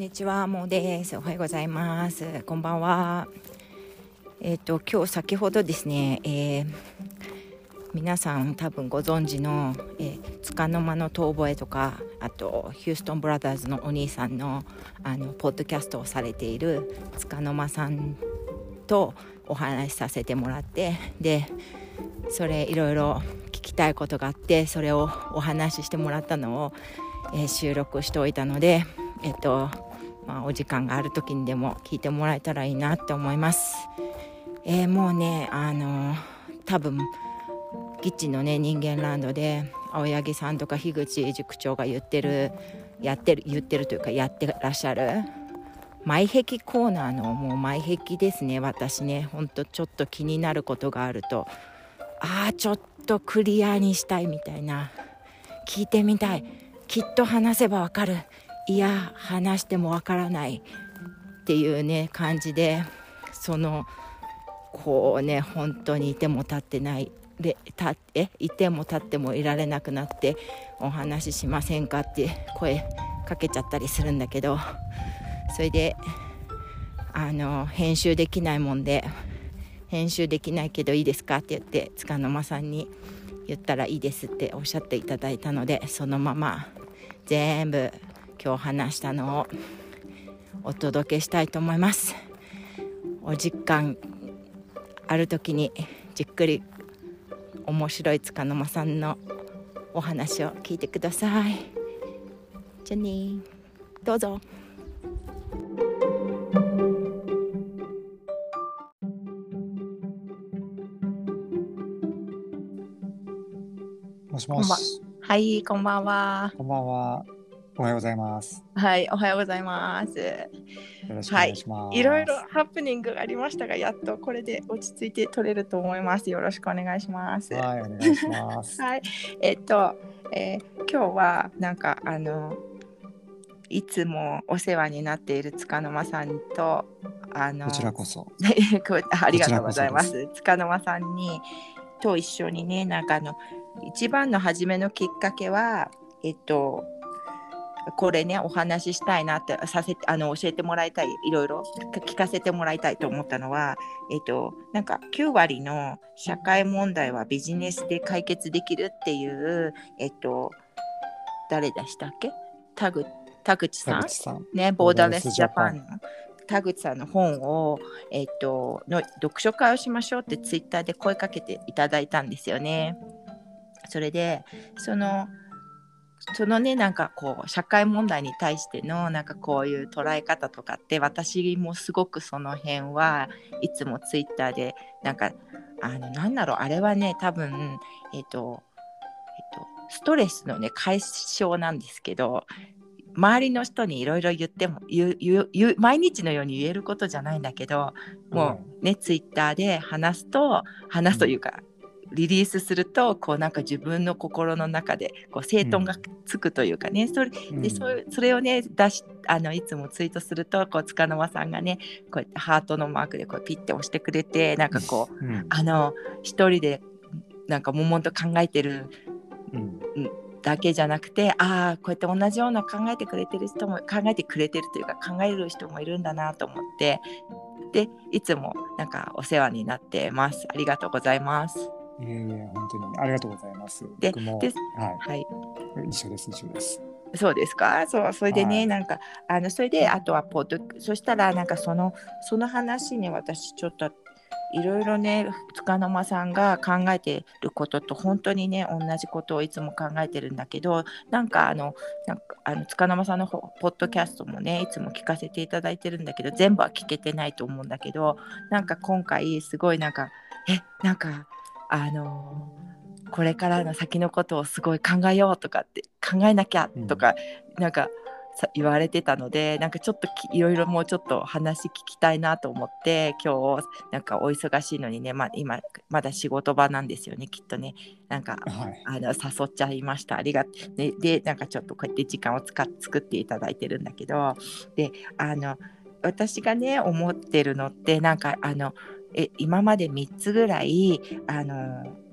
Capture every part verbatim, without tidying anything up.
にちは、もうです。おはようございます。こんばんは。えっ、と今日先ほどですね、えー、皆さん多分ご存知の、えー、束の間の遠吠えとか、あとヒューストンブラザーズのお兄さんのあのポッドキャストをされている束の間さんとお話しさせてもらって、でそれいろいろ聞きたいことがあって、それをお話ししてもらったのを、えー、収録しておいたので、えっとまあ、お時間がある時にでも聞いてもらえたらいいなって思います。えー、もうねあの多分ギッチのね人間ランドで青柳さんとか樋口塾長が言ってるやってる言ってるというかやってらっしゃる前壁コーナーのもう前壁ですね。私ねほんとちょっと気になることがあると、あーちょっとクリアにしたいみたいな、聞いてみたい、きっと話せばわかる、いや話してもわからないっていうね感じで、そのこうね本当にいても立ってないでたえいても立ってもいられなくなってお話ししませんかって声かけちゃったりするんだけど、それであの編集できないもんで、編集できないけどいいですかって言って束の間さんに言ったらいいですっておっしゃっていただいたので、そのまま全部今日話したのをお届けしたいと思います。お時間ある時にじっくり面白い束の間さんのお話を聞いてください。じゃあね、どうぞ。 もしもし。 はい、こんばんは。 こんばんは。おはようございます。 はい、おはようございます。 よろしくお願いします。 はい、いろいろハプニングがありましたが、やっとこれで落ち着いて撮れると思います。よろしくお願いします。 はい、お願いします。 はい、えっと、えー、今日はなんかあのいつもお世話になっている束の間さんとあのこちらこそありがとうございます。束の間さんにと一緒にね、なんかあの一番の初めのきっかけはえっとこれねお話ししたいなってさせあの教えてもらいたい、いろいろ聞かせてもらいたいと思ったのは、えっとなんかきゅうわりの社会問題はビジネスで解決できるっていうえっと誰でしたっけ、田口田口さん、 田口さんね、ボーダーレスジャパンの田口さんの本を、えっと、の読書会をしましょうってツイッターで声かけていただいたんですよね。それでそのそのねなんかこう社会問題に対してのなんかこういう捉え方とかって、私もすごくその辺はいつもツイッターでなんかあのなんだろうあれはね多分えっとえっとストレスのね解消なんですけど、周りの人にいろいろ言っても言う言う言う毎日のように言えることじゃないんだけど、もうね、はい、ツイッターで話すと話すというか、うん、リリースするとこうなんか自分の心の中でこう整頓がつくというかね、うん、それでそれそれをね出しあのいつもツイートするとこう束の間さんがねこうやってハートのマークでこうピッて押してくれて、なんかこう、うん、あの一人でなんか悶々と考えてる、うんだけじゃなくて、ああこうやって同じような考えてくれてる人も考えてくれてるというか考える人もいるんだなと思って、でいつもなんかお世話になってます。ありがとうございます。 いえいえ本当にありがとうございます。 で僕もで、 はいはい、 一緒です一緒です。 そうですか。そうそれでね、はい、なんかあのそれであとはポッドそしたらなんかそのその話に私ちょっといろいろね束の間さんが考えてることと本当にね同じことをいつも考えてるんだけど、なんかあのなんかあの束の間さんのポッドキャストもねいつも聞かせていただいてるんだけど、全部は聞けてないと思うんだけど、なんか今回すごいなんかえなんかあのこれからの先のことをすごい考えようとかって考えなきゃとか、うん、なんか言われてたので、なんかちょっといろいろもうちょっと話聞きたいなと思って今日なんかお忙しいのにね、ま、今まだ仕事場なんですよねきっとね、なんか、はい、あの誘っちゃいました。ありがとう、ね、でなんかちょっとこうやって時間を使っ作っていただいてるんだけど、であの私がね思ってるのってなんかあのえ今までみっつぐらいあの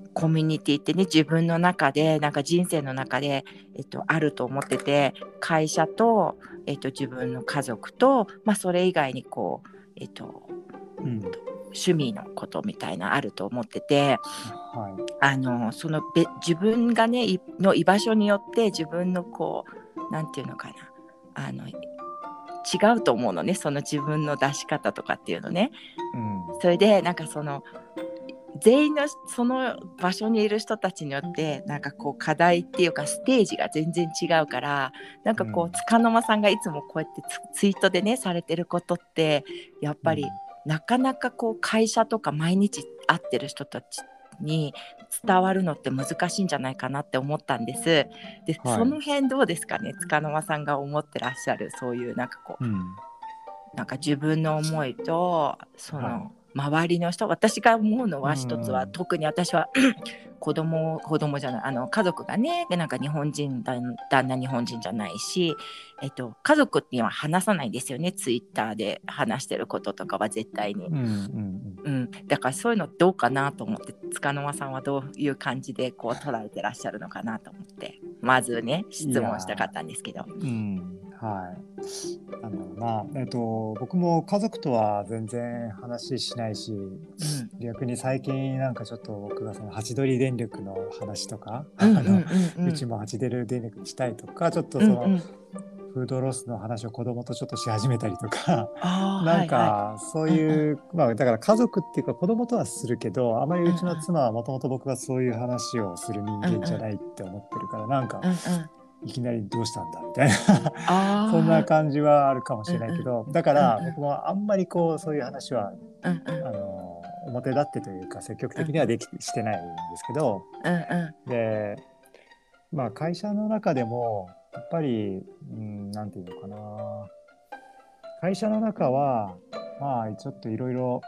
コミュニティってね、自分の中でなんか人生の中で、えっと、あると思ってて、会社と、えっと、自分の家族と、まあ、それ以外にこう、えっと、 うん趣味のことみたいなあると思ってて、 はい、 あのそのべ自分がねいの居場所によって自分のこうなんていうのかな、あの違うと思うのね、その自分の出し方とかっていうのね。 うんそれでなんかその全員のその場所にいる人たちによってなんかこう課題っていうかステージが全然違うから、なんかこううん束の間さんがいつもこうやってツツイートでねされてることってやっぱり、 うんなかなかこう会社とか毎日会ってる人たちに伝わるのって難しいんじゃないかなって思ったんです。で、そはい、 の辺どうですかね、束の間さんが思ってらっしゃるそういうなんかこううんなんか自分の思いとそはい、 の周りの人、私が思うのうは一つはん特に私は子供子供じゃないあの家族がねなんか日本人だ旦那日本人じゃないし、えっと、家族には話さないですよね、ツイッターで話してることとかは絶対に、 うんうんうん、だからそういうのどうかなと思って、束の間さんはどういう感じでこう捉えてらっしゃるのかなと思ってまずねい質問したかやったんですけど。 うんはいなんだろうなえっと僕も家族とは全然話しないし、 うん逆に最近なんかちょっと僕がそのハチドリ電力の話とかうんうんあのうんうんうちもハチドリ電力にしたいとか、ちょっとそのうんうん、 フードロスの話を子供とちょっとし始めたりとかああなんはいはい、 かそううんうんいうまあだから家族っていうか子供とはするけど、あまりうんうんうちの妻はもともと僕がそういう話をする人うんうん間じゃないって思ってるから、なんかうんうん、 いきなりどうしたんだみたいなそんなああ、 感じはあるかもしうんうんれないけど、だかうんうんら僕もあんまりこうそういう話はうんうんあの表立ってというか積極うん的にはできしてないんですけど、 うんうでまあ会社の中でもやっぱり、うん、なんていうのかな、会社の中はまあちょっといろいろ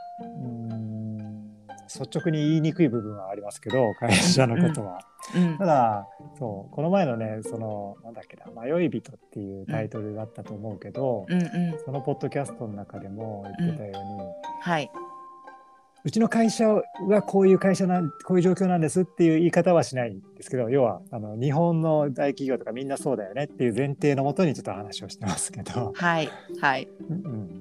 率直に言いにくい部分はありますけど、会社のことは。 んうんただそうこの前のねそのなんだっけな迷い人っていうタイトルだったと思うけど、 うんうんそのポッドキャストの中でも言ってたように、 はい、 うちの会社はこういう会社なんこういう状況なんですっていう言い方はしないんですけど、要はあの日本の大企業とかみんなそうだよねっていう前提のもとにちょっと話をしてますけど、 はいはいうん、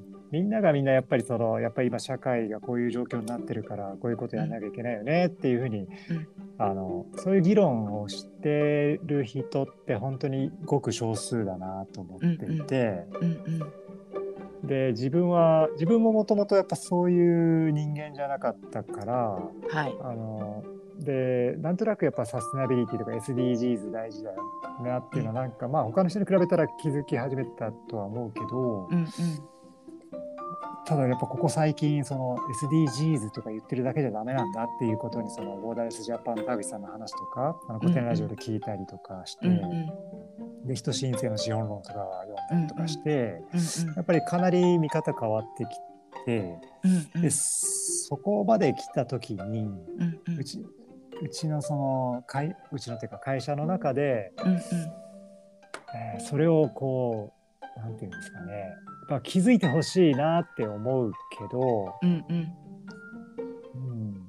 みんながみんなやっぱりそのやっぱり今社会がこういう状況になってるからこういうことやらなきゃいけないよねっていうふうに、 うんあのそういう議論をしてる人って本当にごく少数だなと思っていて、 うんうんで自分は自分ももともとやっぱそういう人間じゃなかったから、 はいあのでなんとなくやっぱサステナビリティとか エスディージーズ 大事だよなっていうのはなんか、まあ他の人に比べたら気づき始めたとは思うけど、 うんうんただやっぱここ最近その エスディージーズ とか言ってるだけじゃダメなんだっていうことにそのボーダーレスジャパン田口さんの話とかあの古典ラジオで聞いたりとかして、 うんうんで人申請の資本論とか読んだりとかして、 うんやっぱりかなり見方変わってきて、 うんうんでそこまで来た時に、 うんうんうちうちのその会うちのというか会社の中で、 うんうんえーそれをこうなんていうんですかね、やっぱ気づいてほしいなって思うけど、 うんうんうん、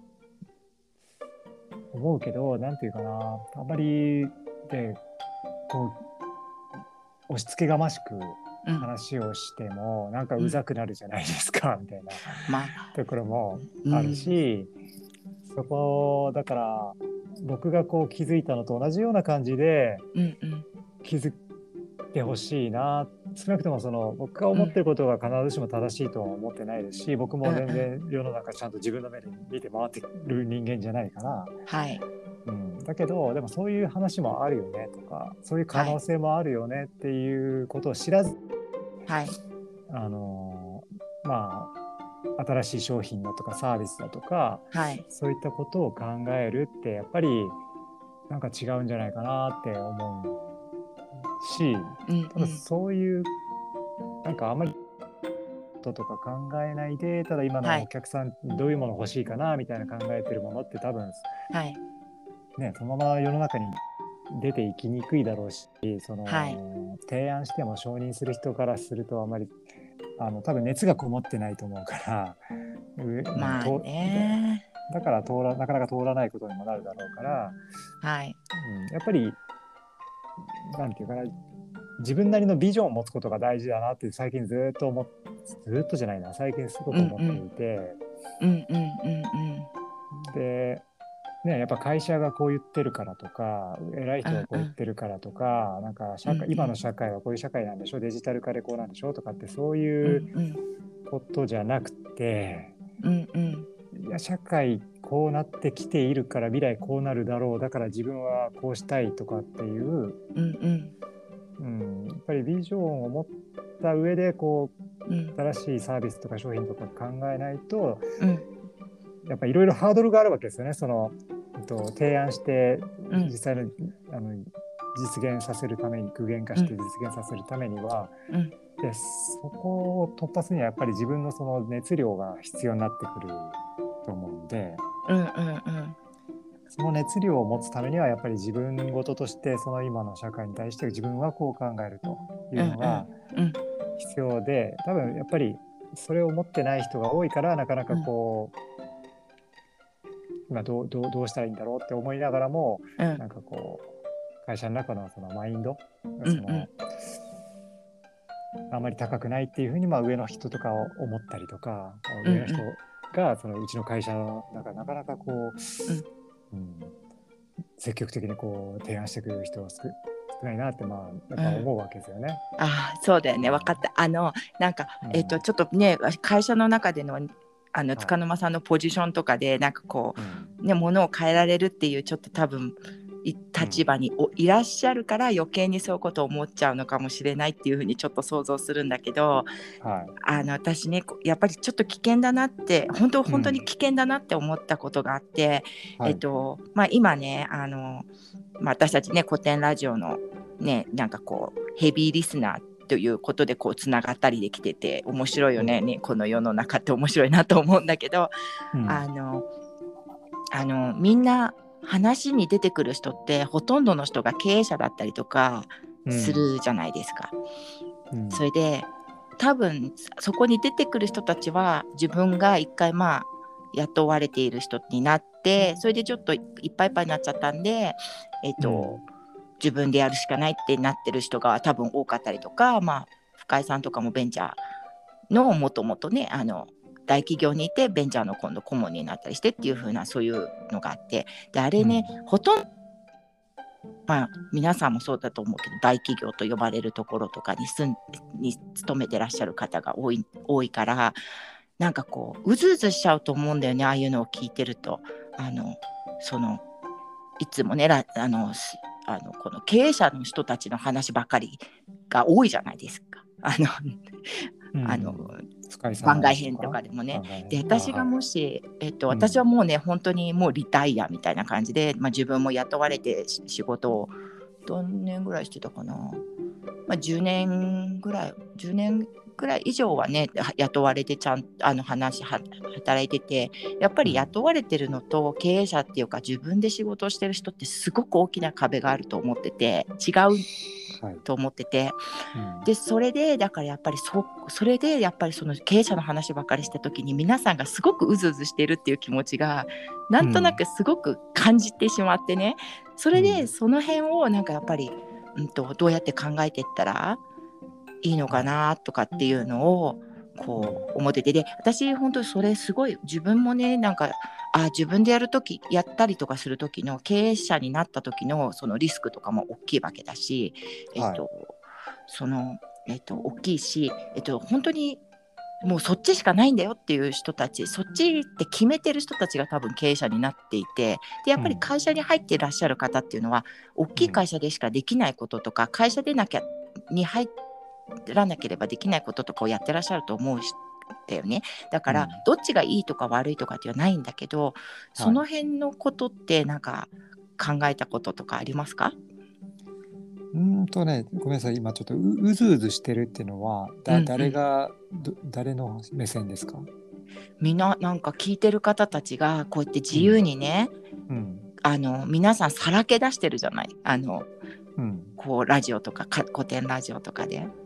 思うけどなんていうかな、あまりでこう押し付けがましくうん話をしてもなんかうざくなるじゃないですか、みたいなまあところもあるし、そこだから僕がこう気づいたのと同じような感じでうんうん気づいてほしいな。少なくともその僕が思ってることが必ずしも正しいとは思ってないですし、僕も全然世の中ちゃんと自分の目で見て回ってる人間じゃないから、 はいうん、だけどでもそういう話もあるよねとかそういう可能性もあるよねっていうことを知らず、 はいあのまあ新しい商品だとかサービスだとかはいそういったことを考えるってやっぱりなんか違うんじゃないかなって思うし、 うんただそういうなんかあんまりこととか考えないで、ただ今のお客さんどういうもの欲しいかなみたいな考えてるものって多分はいねそのまま世の中に出ていきにくいだろうし、その、 はい提案しても承認する人からするとあまりあの多分熱がこもってないと思うから、うまあとねだから通らなかなか通らないことにもなるだろうから、 はい、 うん、やっぱりなんていうかな、自分なりのビジョンを持つことが大事だなって最近ずっと思っずっとじゃないな最近すごく思っていて、 うんうんうんうんで、ね、やっぱ会社がこう言ってるからとか偉い人がこう言ってるからとか、なんか社会、今の社会はこういう社会なんでしょ、デジタル化でこうなんでしょとかってそういうことじゃなくて、 うんうんいや社会こうなってきているから未来こうなるだろう、だから自分はこうしたいとかっていう、 うんうんうん、やっぱりビジョンを持った上でこう、うん、新しいサービスとか商品とか考えないと、うん、やっぱりいろいろハードルがあるわけですよね。その、えっと、提案して実際の、うん、あの実現させるために具現化して実現させるためには、うん、でそこを突破するにはやっぱり自分のその熱量が必要になってくると思うんで、うんうんうん、その熱量を持つためにはやっぱり自分事としてその今の社会に対して自分はこう考えるというのが必要で、多分やっぱりそれを持ってない人が多いからなかなかこう、今どう、どう、どうしたらいいんだろうって思いながらも、なんかこう会社の中のそのマインド、そのあまり高くないっていうふうにまあ上の人とかを思ったりとか、上の人がそのうちの会社の中なかなかこう、うん、積極的にこう提案してくれる人は少ないなってまあやっぱ思うわけですよね。 うん、ああそうだよね、分かった。あのなんか、うん、えっとちょっとね会社の中でのあの塚沼さんのポジションとかでなんかこう、はい、ね、物を変えられるっていうちょっと多分立場にいらっしゃるから余計にそういうことを思っちゃうのかもしれないっていうふうにちょっと想像するんだけど、はい、あの私ねやっぱりちょっと危険だなって本当本当に危険だなって思ったことがあって、うん、えっとまあ、今ねあの、まあ、私たちね古典ラジオのねなんかこうヘビーリスナーということでこうつながったりできてて面白いよね、うん、ねこの世の中って面白いなと思うんだけど、うん、あのあのみんな話に出てくる人ってほとんどの人が経営者だったりとかするじゃないですか、うん、それで多分そこに出てくる人たちは自分が一回まあ雇われている人になってそれでちょっといっぱいいっぱいになっちゃったんで、えーとうん、自分でやるしかないってなってる人が多分多かったりとか、まあ、深井さんとかもベンチャーのもともとねあの大企業にいてベンチャーの今度顧問になったりしてっていう風なそういうのがあってであれね、うん、ほとんど、まあ、皆さんもそうだと思うけど大企業と呼ばれるところとかに住んに勤めてらっしゃる方が多い、多いからなんかこううずうずしちゃうと思うんだよね。ああいうのを聞いてるとあのそのいつもねあのあのこの経営者の人たちの話ばかりが多いじゃないですか。あの、うん、あの番外編とかでもね。で私がもし、えっと、私はもうね、うん、本当にもうリタイアみたいな感じで、まあ、自分も雇われて仕事を何年ぐらいしてたかな、まあ、じゅうねんぐらいじゅうねんぐらい以上はね雇われてちゃんあの話は働いててやっぱり雇われてるのと経営者っていうか自分で仕事をしてる人ってすごく大きな壁があると思ってて違うと思ってて、はいうん、でそれでだからやっぱり そ, それでやっぱりその経営者の話ばかりした時に皆さんがすごくうずうずしてるっていう気持ちがなんとなくすごく感じてしまってね、うん、それでその辺をなんかやっぱり、うんと、どうやって考えていったらいいのかなとかっていうのをこう思っててで私本当にそれすごい自分もねなんかあ自分でやるときやったりとかするときの経営者になった時のそのリスクとかも大きいわけだし、えっと、はい、そのえっと大きいし、えっと、本当にもうそっちしかないんだよっていう人たちそっちって決めてる人たちが多分経営者になっていてでやっぱり会社に入っていらっしゃる方っていうのは、うん、大きい会社でしかできないこととか会社でなきゃに入らなければできないこととかをやってらっしゃると思うだよね。だから、うん、どっちがいいとか悪いとかではないんだけどその辺のことってなんか考えたこととかありますか？ うんとね、ごめんなさい今ちょっと う, うずうずしてるっていうのはだ、うんうん、誰が誰の目線ですか？ みんななんか聞いてる方たちがこうやって自由にね、うんうん、あの皆さんさらけ出してるじゃないあの、うん、こうラジオとか古典ラジオとかで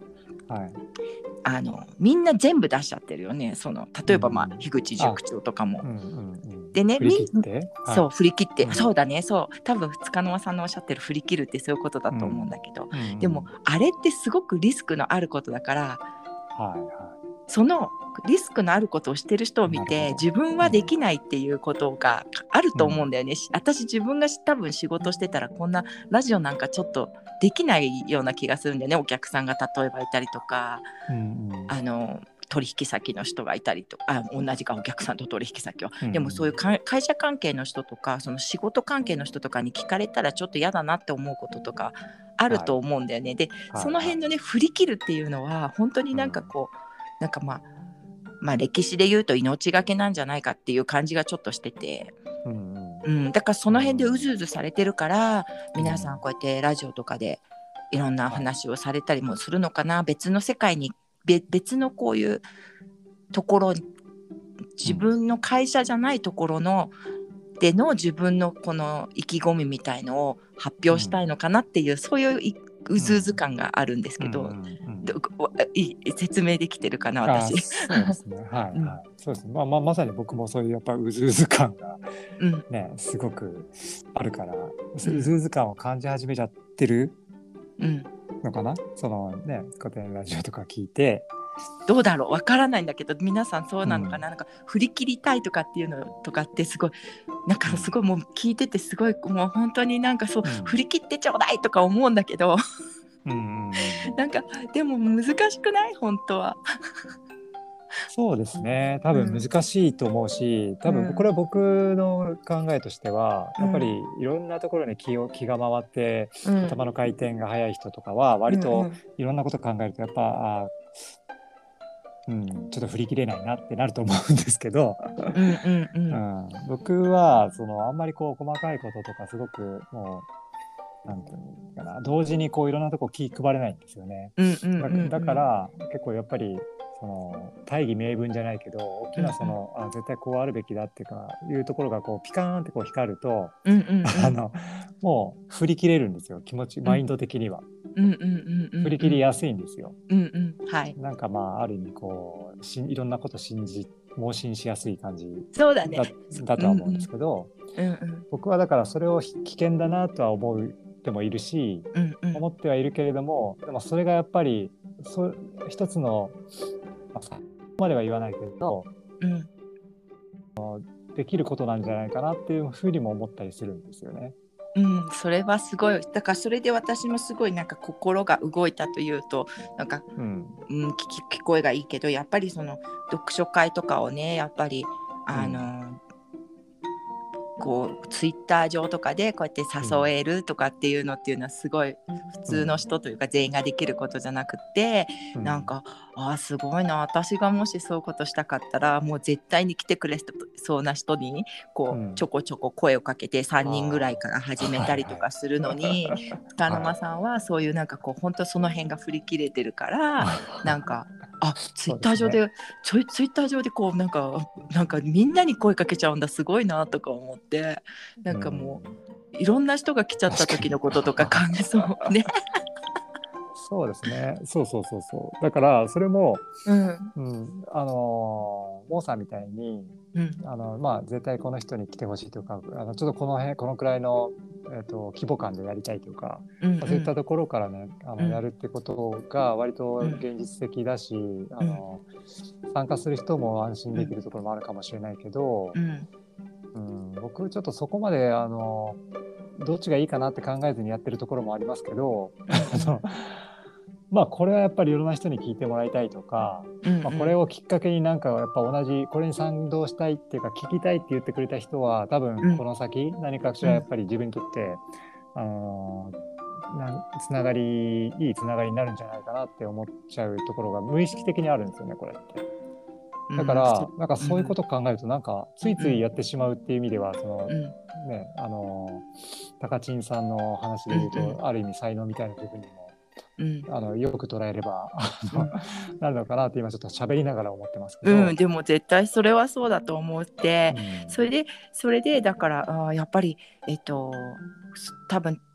はい、 あのみんな全部出しちゃってるよね。その例えば、まあ、 うん、 樋口塾長とかも。 うんうんうん、 でね、 振りみ切って、はい、 そう振り切って、 うん、 そうだね、そう多分塚沼さんのおっしゃってる振り切るってそういうことだと思うんだけど、 うんうん、 でもあれってすごくリスクのあることだから、 はいはそのリスクのあることをしてる人をい、 見なるほど、 て自分はできないっていうことがあると思うんだよね、 うん、 私自分が多分仕事してたらこんなラジオなんかちょっとできないような気がするんだよね。お客さんが例えばいたりとか、 うんうん、 あの取引先の人がいたりとか、あ同じかお客さんと取引先は、 うんうん、 でもそういうか会社関係の人とかその仕事関係の人とかに聞かれたらちょっと嫌だなって思うこととかあるはいと思うんだよね。ではいはい、 その辺のね振り切るっていうのは本当になんかこう、うん、なんかまあまあ歴史で言うと命がけなんじゃないかっていう感じがちょっとしてて、 うんうんうん、だからその辺でうずうずされてるから、 うん、 皆さんこうやってラジオとかでいろんなはい、 話をされたりもするのかな。別の世界に別のこういうところ、自分の会社じゃないところのでの自分のこの意気込みみたいのを発表したいのかなっていう、そういううずうず感があるんですけど、 うんうんうん、 どい説明できてるかなあ、 私。 そうですね、はいうんはい、そうですね、まあまあ、まさに僕もそういうやっぱうずうず感がうんねすごくあるから、ううんずうず感を感じ始めちゃってるうんのかな、そのね古典ラジオとか聞いて。 どうだろうわからないんだけど、皆さんそうなのかな、 うんなんか振り切りたいとかっていうのとかってすごいなんかすごいもう聞いててすごいもう本当になんかそう、 うん振り切ってちょうだいとか思うんだけどうんうんうん、 なんかでも難しくない本当は。 そうですね、多分難しいと思うし、多分これは僕の考えとしては、 うん、 やっぱりいろんなところに気を気が回ってうん頭の回転が速い人とかは割とうんいろんなこと考えるとやっぱあ、うん、ちょっと振り切れないなってなると思うんですけど、 うんうんううんん、僕はそのあんまりこう細かいこととかすごくもうなんていうのかな、同時にこういろんなとこ気配れないんですよね。 うんうんだ、 うんだから結構やっぱりその大義名分じゃないけど大きなその、あ絶対こうあるべきだっていうかいうところがこうピカーンってこう光ると、 うんうんうんあのもう振り切れるんですよ、気持ちマインド的には。 うんうんうんうん振り切りやすいんですよ。 うんうんはいなんかまあある意味こうしいろんなこと信じ盲信しやすい感じそうだねだ、だとは思うんですけど、 うんうん僕はだからそれを危険だなとは思う人もいるし、 うんうん思ってはいるけれども、でもそれがやっぱりそ一つの、まあ、そこまでは言わないけどうんできることなんじゃないかなっていうふうにも思ったりするんですよね。 うん、それはすごい。だからそれで私もすごいなんか心が動いたというとなんか、 うんうん、聞き聞こえがいいけど、やっぱりその読書会とかをねやっぱりあの、うんこうツイッター上とかでこうやって誘えるとかっていうのっていうのはすごい普通の人というか全員ができることじゃなくて、 うん、 なんかあーすごいな、私がもしそういうことしたかったらもう絶対に来てくれそうな人にこう、うん、ちょこちょこ声をかけてさんにんぐらいから始めたりとかするのに、深沼さんはそういうなんかこう本当その辺が振り切れてるからなんかあツイッター上で、ね、ツイッター上でこうなんかなんかみんなに声かけちゃうんだ、すごいなとか思って、なんかもう、うん、いろんな人が来ちゃった時のこととか考えそうね。 そうですね、そうそうそうそう、だからそれも、 うんうん、あのモーさんみたいに、うん、あのまあ絶対この人に来てほしいとか、あのちょっとこの辺このくらいの、えーと、規模感でやりたいとか、うんうん、そういったところからねあの、うん、やるってことが割と現実的だし、うん、あの参加する人も安心できるところもあるかもしれないけど、うんうん、僕ちょっとそこまであのどっちがいいかなって考えずにやってるところもありますけどあのまあこれはやっぱりいろんな人に聞いてもらいたいとか、うんうん、まあ、これをきっかけになんかやっぱ同じこれに賛同したいっていうか聞きたいって言ってくれた人は多分この先何かしらやっぱり自分にとって、うん、あのなつながりいいつながりになるんじゃないかなって思っちゃうところが無意識的にあるんですよね、これって。だから、うん、なんかそういうことを考えるとなんかついついやってしまうっていう意味では、その、うん、ね、あの高知さんの話で言うと、うんうん、ある意味才能みたいな部分にも、うん、あのよく捉えればうん、なるのかなって今ちょっと喋りながら思ってますけど、 うん、でも絶対それはそうだと思って、うん、それでそれでだからあやっぱりえっと多分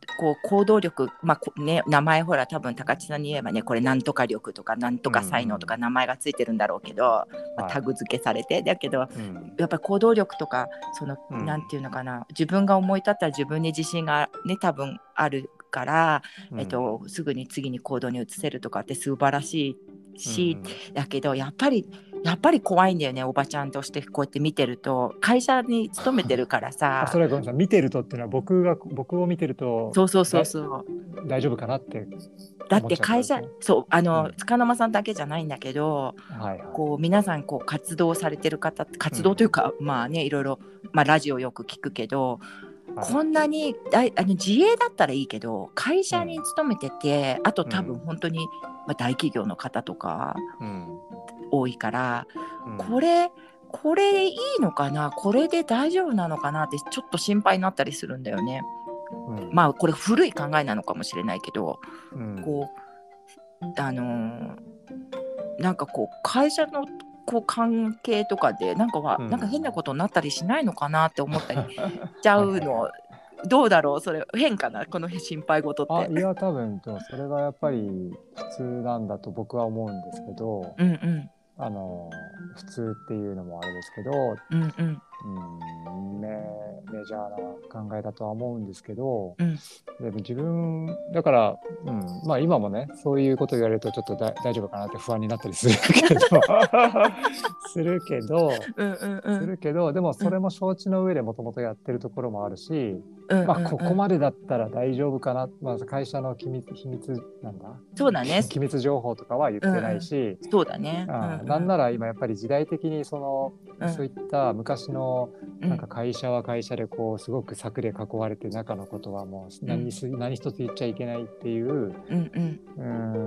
こう行動力、まあこね、名前ほら多分高知さんに言えばねこれなんとか力とかなんとか才能とか名前がついてるんだろうけど、まあ、タグ付けされて、はい、だけど、うん、やっぱり行動力とかその、うん、なんていうのかな、自分が思い立ったら自分に自信がね多分あるから、うん、えっと、すぐに次に行動に移せるとかって素晴らしいし、うん、だけどやっぱりやっぱり怖いんだよね、おばちゃんとしてこうやって見てると。会社に勤めてるからさあ、それはごめんなさい、見てるとっていうのは僕が僕を見てるとそうそうそうそう大丈夫かなってだって会社そうあの、うん、塚沼さんだけじゃないんだけど、 はいはい、 こう皆さんこう活動されてる方活動というか、うん、まあねいろいろ、まあ、ラジオよく聞くけど、はい、こんなに大あの自営だったらいいけど会社に勤めてて、うん、あと多分本当に、まあ、大企業の方とか、うん、多いから、うん、これこれでいいのかな、これで大丈夫なのかなってちょっと心配になったりするんだよね。うん、まあこれ古い考えなのかもしれないけど、うん、こうあのー、なんかこう会社のこう関係とかでなんかは、うん、なんか変なことになったりしないのかなって思ったりしちゃうのどうだろう、それ変かな、この心配事って。 あ、いや多分それがやっぱり普通なんだと僕は思うんですけど、 うんうん、 あの普通っていうのもあれですけど、 うんうんうん、メ, メジャーな考えだとは思うんですけど、 うん、 でも自分だから、うん、まあ今もねそういうこと言われるとちょっとだ大丈夫かなって不安になったりするけどするけど、 うんうんうん、 するけどでもそれも承知の上でもともとやってるところもあるし、 うんうんうん、 まあここまでだったら大丈夫かな、まあ、会社の機密秘密なんだそうだね機密情報とかは言ってないし、 うんうん、そうだね、 うんうん、なんなら今やっぱり時代的にその、うん、そういった昔のなんか会社は会社でこうすごく柵で囲われて中のことはもう 何,、うん、何一つ言っちゃいけないっていう、うんうん、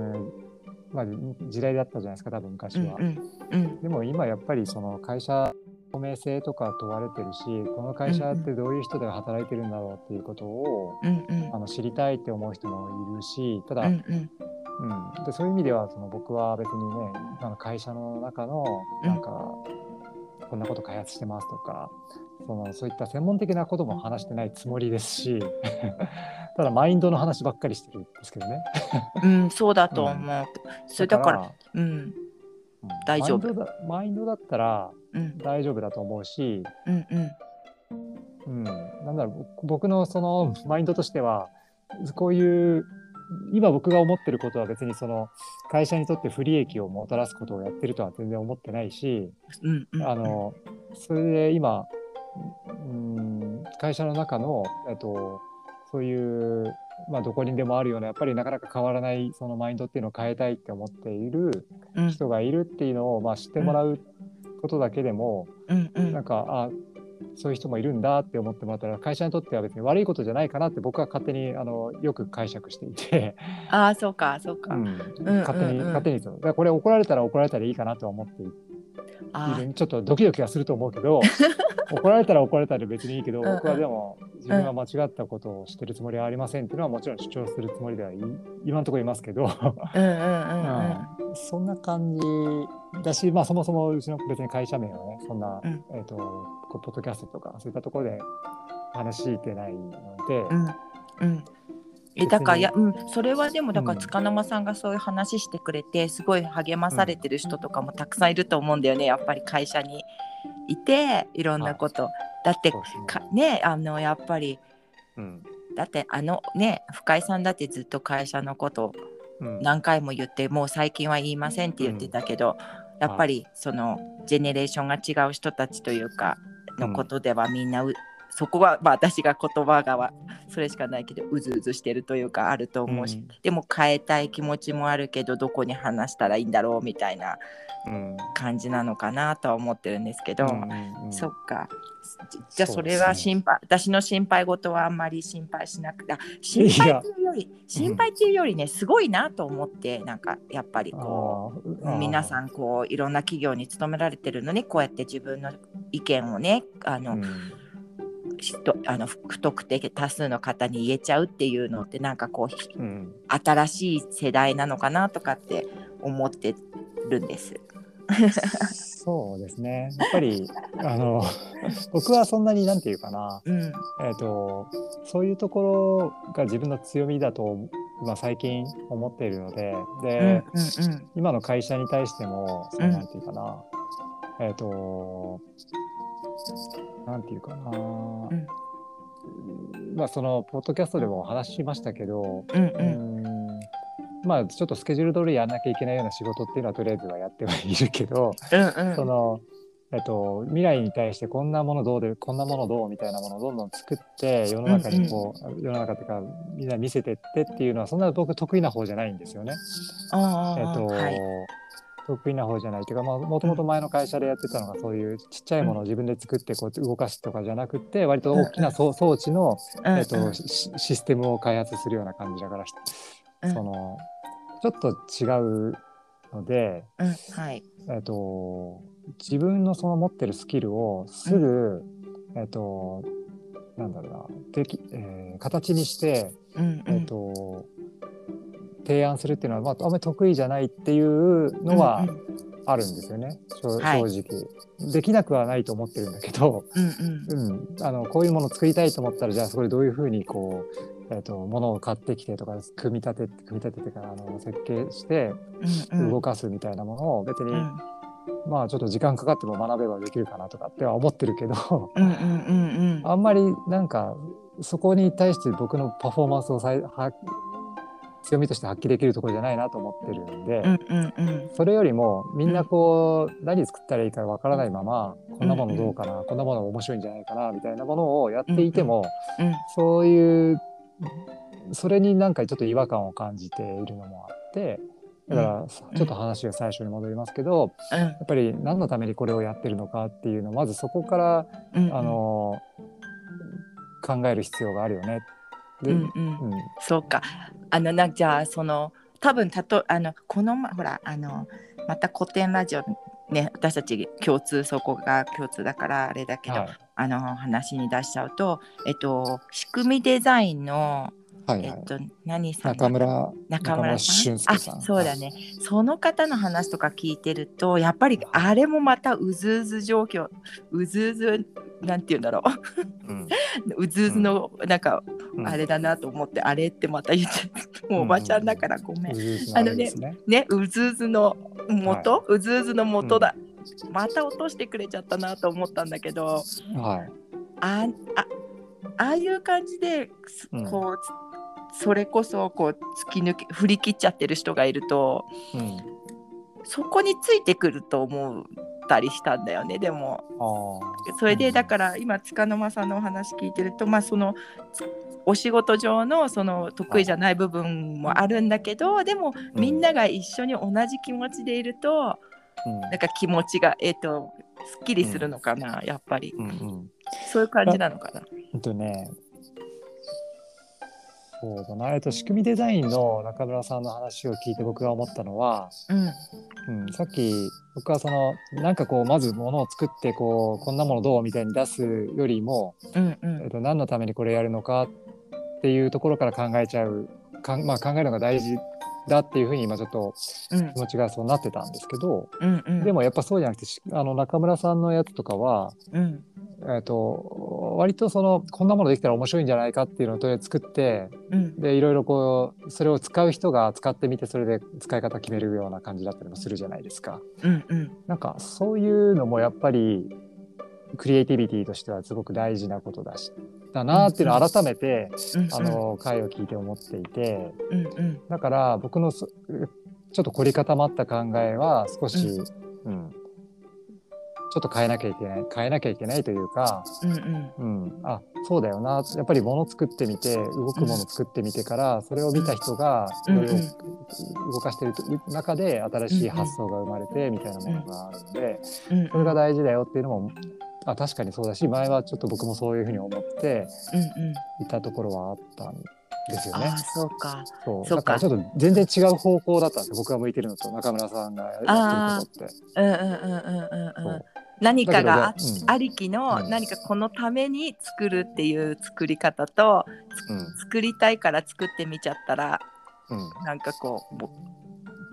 うんまあ、時代だったじゃないですか多分昔は、うんうん、でも今やっぱりその会社透明性とか問われてるしこの会社ってどういう人が働いてるんだろうっていうことを、うんうん、あの知りたいって思う人もいるしただ、うんうんうん、でそういう意味ではその僕は別にねあの会社の中のなんか、うん、こんなこと開発してますとかそのそういった専門的なことも話してないつもりですしただマインドの話ばっかりしてるんですけどねうんそうだと思う、うん、それだから、だから、うん、大丈夫マインドだ、マインドだったら大丈夫だと思うし、うんうんうん、なんだろう僕のそのマインドとしてはこういう今僕が思ってることは別にその会社にとって不利益をもたらすことをやってるとは全然思ってないし、うんうん、あのそれで今、うん、会社の中の、えっと、そういう、まあ、どこにでもあるようなやっぱりなかなか変わらないそのマインドっていうのを変えたいって思っている人がいるっていうのを、まあ、知ってもらうことだけでも、うんうん、なんかあそういう人もいるんだって思ってもらったら会社にとっては別に悪いことじゃないかなって僕は勝手にあのよく解釈していてああそうかそうか、うん、 勝手に、うんうんうん、勝手にだからこれ怒られたら怒られたらいいかなと思っているちょっとドキドキはすると思うけど怒られたら怒られたら別にいいけど、うんうん、僕はでも自分は間違ったことをしてるつもりはありませんっていうのはもちろん主張するつもりではい今のところいますけどうんうんうん、うん、そんな感じだし、まあ、そもそもうちの別に会社名はねそんな、うんえーと、ポッドキャストとかそういったところで話してないので、うんうんえだからいや、うん、それはでもだから塚沼さんがそういう話してくれてすごい励まされてる人とかもたくさんいると思うんだよね、やっぱり会社にいていろんなこと、はい、だってかねあのやっぱり、うん、だってあのね深井さんだってずっと会社のこと何回も言って、うん、もう最近は言いませんって言ってたけど、うん、やっぱりそのジェネレーションが違う人たちというかのことではみんなう、うんそこは、まあ、私が言葉がそれしかないけどうずうずしてるというかあると思うし、うん、でも変えたい気持ちもあるけどどこに話したらいいんだろうみたいな感じなのかなとは思ってるんですけど、うんうんうん、そっかじゃあそれは心配、ね、私の心配事はあんまり心配しなくて心配っていうより心配っていうよりねすごいなと思ってなんかやっぱりこう皆さんこういろんな企業に勤められてるのにこうやって自分の意見をねあの、うんあの不特定多数の方に言えちゃうっていうのってなんかこう、うん、新しい世代なのかなとかって思ってるんですそうですね。やっぱりあの僕はそんなになんていうかな、 うんえっとそういうところが自分の強みだと、まあ、最近思っているので、 うんでうん今の会社に対してもそうんうなんていうかな、えっとなんていうかな、 うんまあそのポッドキャストでも話しましたけど、 うんうーんまあちょっとスケジュール通りやんなきゃいけないような仕事っていうのはとりあえずはやってはいるけど、 うんうんそのえっと、未来に対してこんなものどうでこんなものどうみたいなものをどんどん作って世の中にこう、うんうん、世の中っていうかみんな見せてってっていうのはそんな僕得意な方じゃないんですよね。えっと、 はい、 得意な方じゃないというか、もともと前の会社でやってたのがそういうちっちゃいものを自分で作ってこう動かすとかじゃなくて、割と大きな装置の、えっと、システムを開発するような感じだから、そのちょっと違うので、 うんはい、 えっと、自分のその持ってるスキルをすぐ、うん、えっとなんだろうなでき、えー、形にして、うんうん、えっと提案するっていうのは、まあ、あんまり得意じゃないっていうのはあるんですよね、うんうん、正直、はい、できなくはないと思ってるんだけど、うんうんうん、あのこういうものを作りたいと思ったらじゃあそれどういうふうにこう、えーと、ものを買ってきてとか組み立て組み立ててからあの設計して動かすみたいなものを別に、うん、まあちょっと時間かかっても学べばできるかなとかっては思ってるけど、うんうんうんうん、あんまりなんかそこに対して僕のパフォーマンスをさいは強みとして発揮できるところじゃないなと思ってるんで、うんうんうん、それよりもみんなこう、うん、何作ったらいいかわからないまま、こんなものどうかな、うんうん、こんなもの面白いんじゃないかなみたいなものをやっていても、うんうん、そういうそれになんかちょっと違和感を感じているのもあって、だからちょっと話が最初に戻りますけど、うん、やっぱり何のためにこれをやってるのかっていうのをまずそこから、うんうん、あの考える必要があるよね。で、うんうんうん、そうか。あのなじゃあその多分たとあのこのほらあのまた古典ラジオね、私たち共通そこが共通だからあれだけど、はい、あの話に出しちゃうと、えっと仕組みデザインのはいはい、えっと、何さん中村中村さん俊介さん、 あそうだね、はい、その方の話とか聞いてるとやっぱりあれもまたうずうず状況うずうずなんて言うんだろう、うん、うずうずのなんか、うん、あれだなと思って、うん、あれってまた言っちゃってもうおばちゃんだからごめん、うんうん、あのねねうずうずの元、はい、うずうずの元だ、うん、また落としてくれちゃったなと思ったんだけど、はい、ああああいう感じでこう、うんそれこそこう突き抜け振り切っちゃってる人がいると、うん、そこについてくると思ったりしたんだよね。でもそれでだから今束の間さんのお話聞いてると、まあそのお仕事上のその得意じゃない部分もあるんだけど、でもみんなが一緒に同じ気持ちでいると、うん、なんか気持ちがえっとすっきりするのかな、うん、やっぱり、うんうん、そういう感じなのかな。 えっとねそうだな、えっと、仕組みデザインの中村さんの話を聞いて僕が思ったのは、うんうん、さっき僕はそのなんかこうまずものを作ってこうこんなものどうみたいに出すよりも、うんうんえっと、何のためにこれやるのかっていうところから考えちゃうかん、まあ、考えるのが大事だっていうふうに今ちょっと気持ちがそうなってたんですけど、うんうん、でもやっぱそうじゃなくてあの中村さんのやつとかは、うんえー、と割とそのこんなものできたら面白いんじゃないかっていうのをとりあえず作って、うん、でいろいろこうそれを使う人が使ってみてそれで使い方決めるような感じだったりもするじゃないですか、うんうん、なんかそういうのもやっぱりクリエイティビティとしてはすごく大事なことだしだなっていうのを改めて、うんうん、あの回を聞いて思っていて、うんうん、だから僕のちょっと凝り固まった考えは少し、うんうんちょっと変えなきゃいけない変えなきゃいけないというか、うんうんうん、あそうだよなやっぱり物作ってみて動くもの作ってみてから、うん、それを見た人がそれを動かしている中で新しい発想が生まれてみたいなものがあるので、うんうん、それが大事だよっていうのもあ確かにそうだし前はちょっと僕もそういうふうに思っていたところはあったんですよね。 あそうかそうだからちょっと全然違う方向だったんですよ僕が向いてるのと中村さんがやってることって。うんうんうんうんうん何かが あ,、うん、ありきの、うん、何かこのために作るっていう作り方と、うん、作りたいから作ってみちゃったら、うん、なんかこう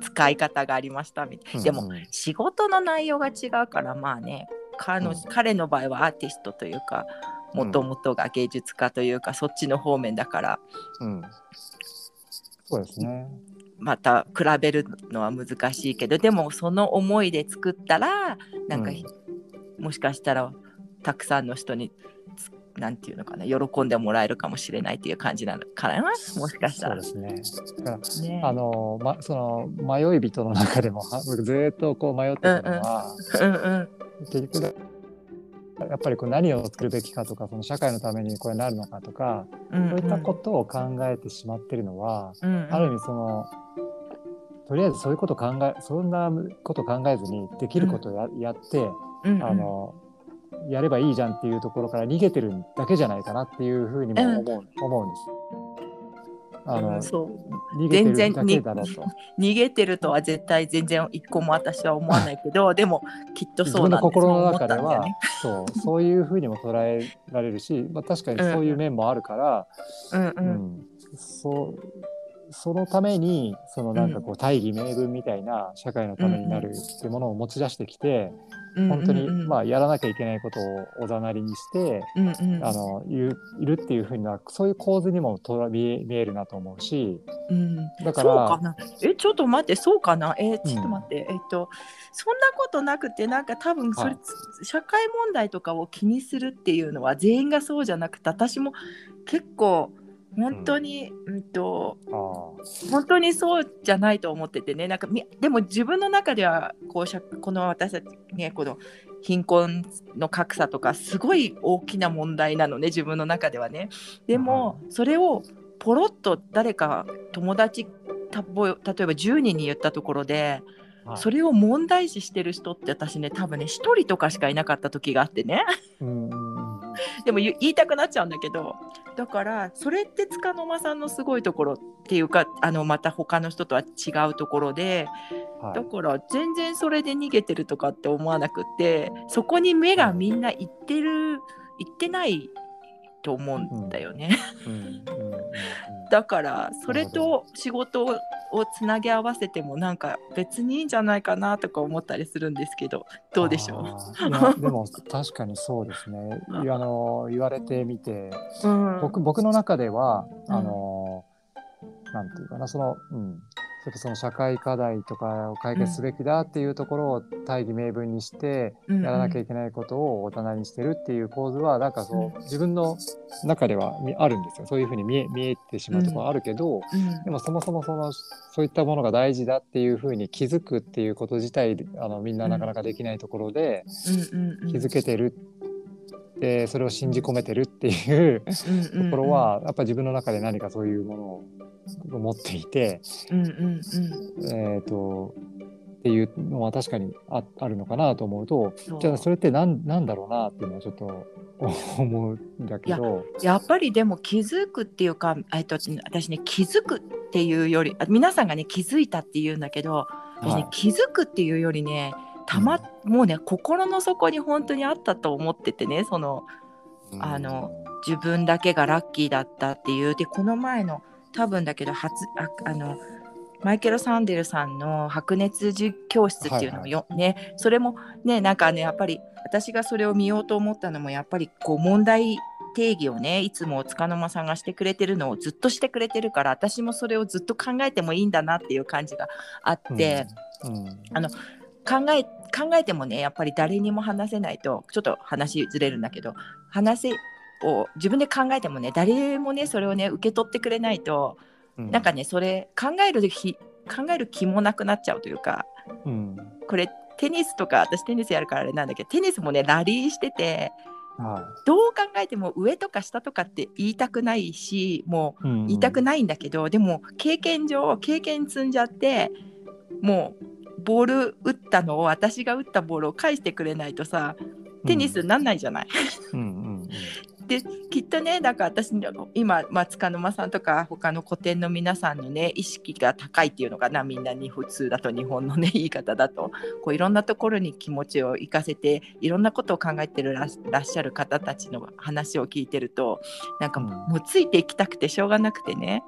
使い方がありましたみたいな、でもうんうん仕事の内容が違うからまあね、彼の、 うん彼の場合はアーティストというかもともとが芸術家というかそっちの方面だから、 うん、そうですね。 また比べるのは難しいけど、でもその思いで作ったらなんか、うん、もしかしたらたくさんの人になんていうのかな、喜んでもらえるかもしれないっていう感じなのかな、もしかしたら。 そうですね。だから、 ね、 あの、ま、その迷い人の中でも僕ずっとこう迷ってたのは、 うんうんうんうん、 結局やっぱりこう何を作るべきかとか、その社会のためにこれなるのかとか、うんうん、そういったことを考えてしまってるのは、うんうん、ある意味そのとりあえずそういうことを考えそんなことを考えずにできることを や,、うん、やって、うんうん、あのやればいいじゃんっていうところから逃げてるだけじゃないかなっていうふうにも思う、うん、思うんです。あの、うん、そう逃げてるだけだろうと。 逃げてるとは絶対全然一個も私は思わないけどでもきっとそうなんです。 自分の心の中では、ね、そうそういうふうにも捉えられるし、まあ、確かにそういう面もあるから、うんうんうん、そうそのためにそのなんかこう大義名分みたいな社会のためになるっていうものを持ち出してきて、うんうん、本当にまあやらなきゃいけないことをおざなりにして、うんうん、あのいる、いるっていうふうなそういう構図にも見え、見えるなと思うし、 うん、だからそうかな、えちょっと待って、そうかな、えちょっと待って、うん、えっとそんなことなくて、なんか多分それ、はい、社会問題とかを気にするっていうのは全員がそうじゃなくて、私も結構本当に、うんうんと、本当にそうじゃないと思っててね、なんかでも自分の中ではこうこの私たちね、この貧困の格差とかすごい大きな問題なのね、自分の中ではね。でもそれをポロッと誰か友達た例えばじゅうにんに言ったところで、はい、それを問題視してる人って私ね、多分ねひとりとかしかいなかった時があってね、うんでも言いたくなっちゃうんだけど、だからそれって束の間さんのすごいところっていうか、あのまた他の人とは違うところで、はい、だから全然それで逃げてるとかって思わなくって、そこに目がみんな行ってる、行ってないと思うんだよね、うんうんうんうん、だからそれと仕事ををつなぎ合わせてもなんか別にいいんじゃないかなとか思ったりするんですけど、どうでしょう。 いやでも確かにそうですね。あの言われてみて、うん、僕, 僕の中ではあの、うん、なんていうかな、その、うん、その社会課題とかを解決すべきだっていうところを大義名分にしてやらなきゃいけないことをお棚にしてるっていう構図はなんかそう自分の中ではあるんですよ。そういうふうに見え、見えてしまうところはあるけど、うん、でもそもそもそのそういったものが大事だっていうふうに気づくっていうこと自体あのみんななかなかできないところで気づけてる、でそれを信じ込めてるっていうところはやっぱり自分の中で何かそういうものを持っていて、うんうんうん、えーとっていうのは確かに あ, あるのかなと思うと、じゃあそれって何なんだろうなっていうのはちょっと思うんだけど、 や, やっぱりでも気づくっていうか、えっと、私ね気づくっていうより、皆さんがね気づいたっていうんだけど、私ね、はい、気づくっていうよりねたま、うん、もうね心の底に本当にあったと思っててね、その、うん、あの自分だけがラッキーだったっていう。でこの前の多分だけど初 あ, あのマイケル・サンデルさんの白熱教室っていうのをよ、はいはい、ね、それもねなんかねやっぱり私がそれを見ようと思ったのもやっぱりこう問題定義をねいつも束の間さんがしてくれてるのをずっとしてくれてるから、私もそれをずっと考えてもいいんだなっていう感じがあって、うんうん、あの考え考えてもねやっぱり誰にも話せないと、ちょっと話ずれるんだけど、話を自分で考えてもね誰もねそれをね受け取ってくれないと、うん、なんかねそれ考える気考える気もなくなっちゃうというか、うん、これテニスとか私テニスやるからあれなんだけど、テニスもねラリーしてて、はい、どう考えても上とか下とかって言いたくないし、もう言いたくないんだけど、うんうん、でも経験上経験積んじゃって、もうボール打ったのを私が打ったボールを返してくれないとさテニスになんないじゃない、うんうんうんうんできっとねだから私今松鹿沼さんとか他の古典の皆さんのね意識が高いっていうのかな、みんなに普通だと日本のね言い方だとこういろんなところに気持ちを生かせていろんなことを考えてる ら, らっしゃる方たちの話を聞いてるとなんかもうついていきたくてしょうがなくてね、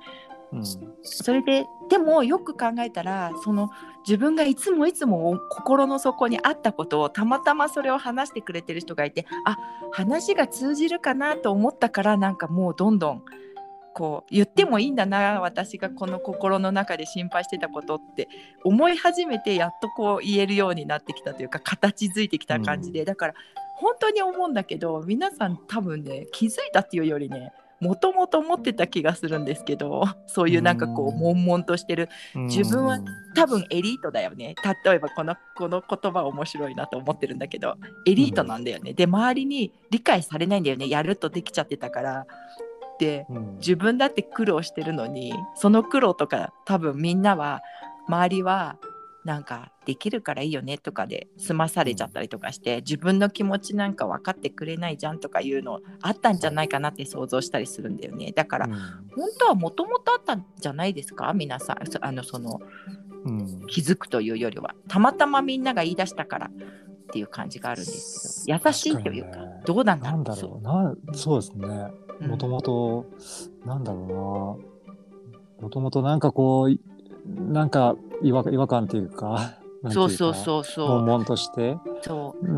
うん、 それででもよく考えたらその自分がいつもいつも心の底にあったことをたまたまそれを話してくれてる人がいて、あ、話が通じるかなと思ったから、なんかもうどんどんこう言ってもいいんだな、私がこの心の中で心配してたことって思い始めて、やっとこう言えるようになってきたというか、形づいてきた感じで、 うん、 だから本当に思うんだけど、皆さん多分ね、気づいたっていうよりね、もともと持ってた気がするんですけど、そういうなんかこう悶々としてる自分は多分エリートだよね。例えばこのこの言葉面白いなと思ってるんだけど、エリートなんだよね。で、周りに理解されないんだよね、やるとできちゃってたから。で、自分だって苦労してるのに、その苦労とか多分みんなは、周りはなんかできるからいいよねとかで済まされちゃったりとかして、自分の気持ちなんか分かってくれないじゃんとかいうのあったんじゃないかなって想像したりするんだよね。だから、うん、本当はもともとあったんじゃないですか、皆さん。あのその、うん、気づくというよりはたまたまみんなが言い出したからっていう感じがあるんですけど、優しいというか、ね、どうなんだろう。 なんだろうな、そうですね。もともとなんだろうな、もともとなんかこうなんか違和、違和感っていうか、 そうそうそうそう、 悶々として、 そう、 うん、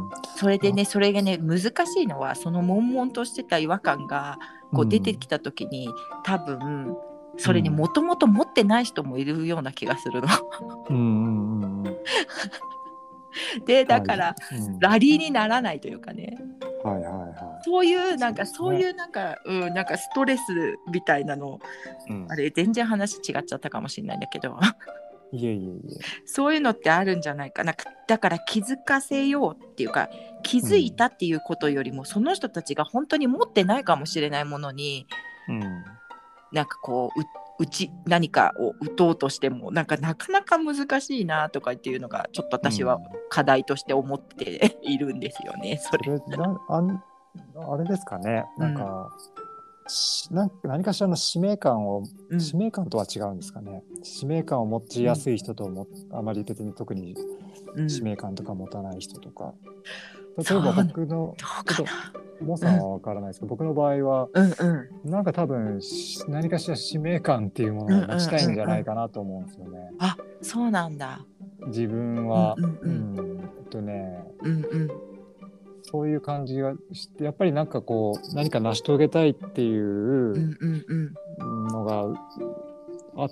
それでね、それがね難しいのは、その悶々としてた違和感がこう出てきた時に、うん、多分それにもともと持ってない人もいるような気がするの。うんうんうんでだから、はい、うん、ラリーにならないというかね、はいはいはい、そういうなんかそういうなんか、うん、なんかストレスみたいなの、うん、あれ全然話違っちゃったかもしれないんだけどいえいえいえ、 そういうのってあるんじゃないかな。だから気づかせようっていうか、気づいたっていうことよりも、うん、その人たちが本当に持ってないかもしれないものに、うん、なんかこう う, うち何かを打とうとしてもなんかなかなか難しいなとかっていうのがちょっと私は課題として思っているんですよね。それ、 それな あ, あれですかね、なんか、うん、な何かしらの使命感を、うん、使命感とは違うんですかね。使命感を持ちやすい人とも、うん、あまり別に特に使命感とか持たない人とか、うん、例えば僕のちょっとモさんは分からないですけど、うん、僕の場合は、うんうん、なんか多分何かしら使命感っていうものを持ちたいんじゃないかなと思うんですよね。うんうんうんうん、 あ、そうなんだ。 自分は、うんうんうん、うんとね、うんうん、そういう感じがして、やっぱりなんかこう何か成し遂げたいっていうのがあって、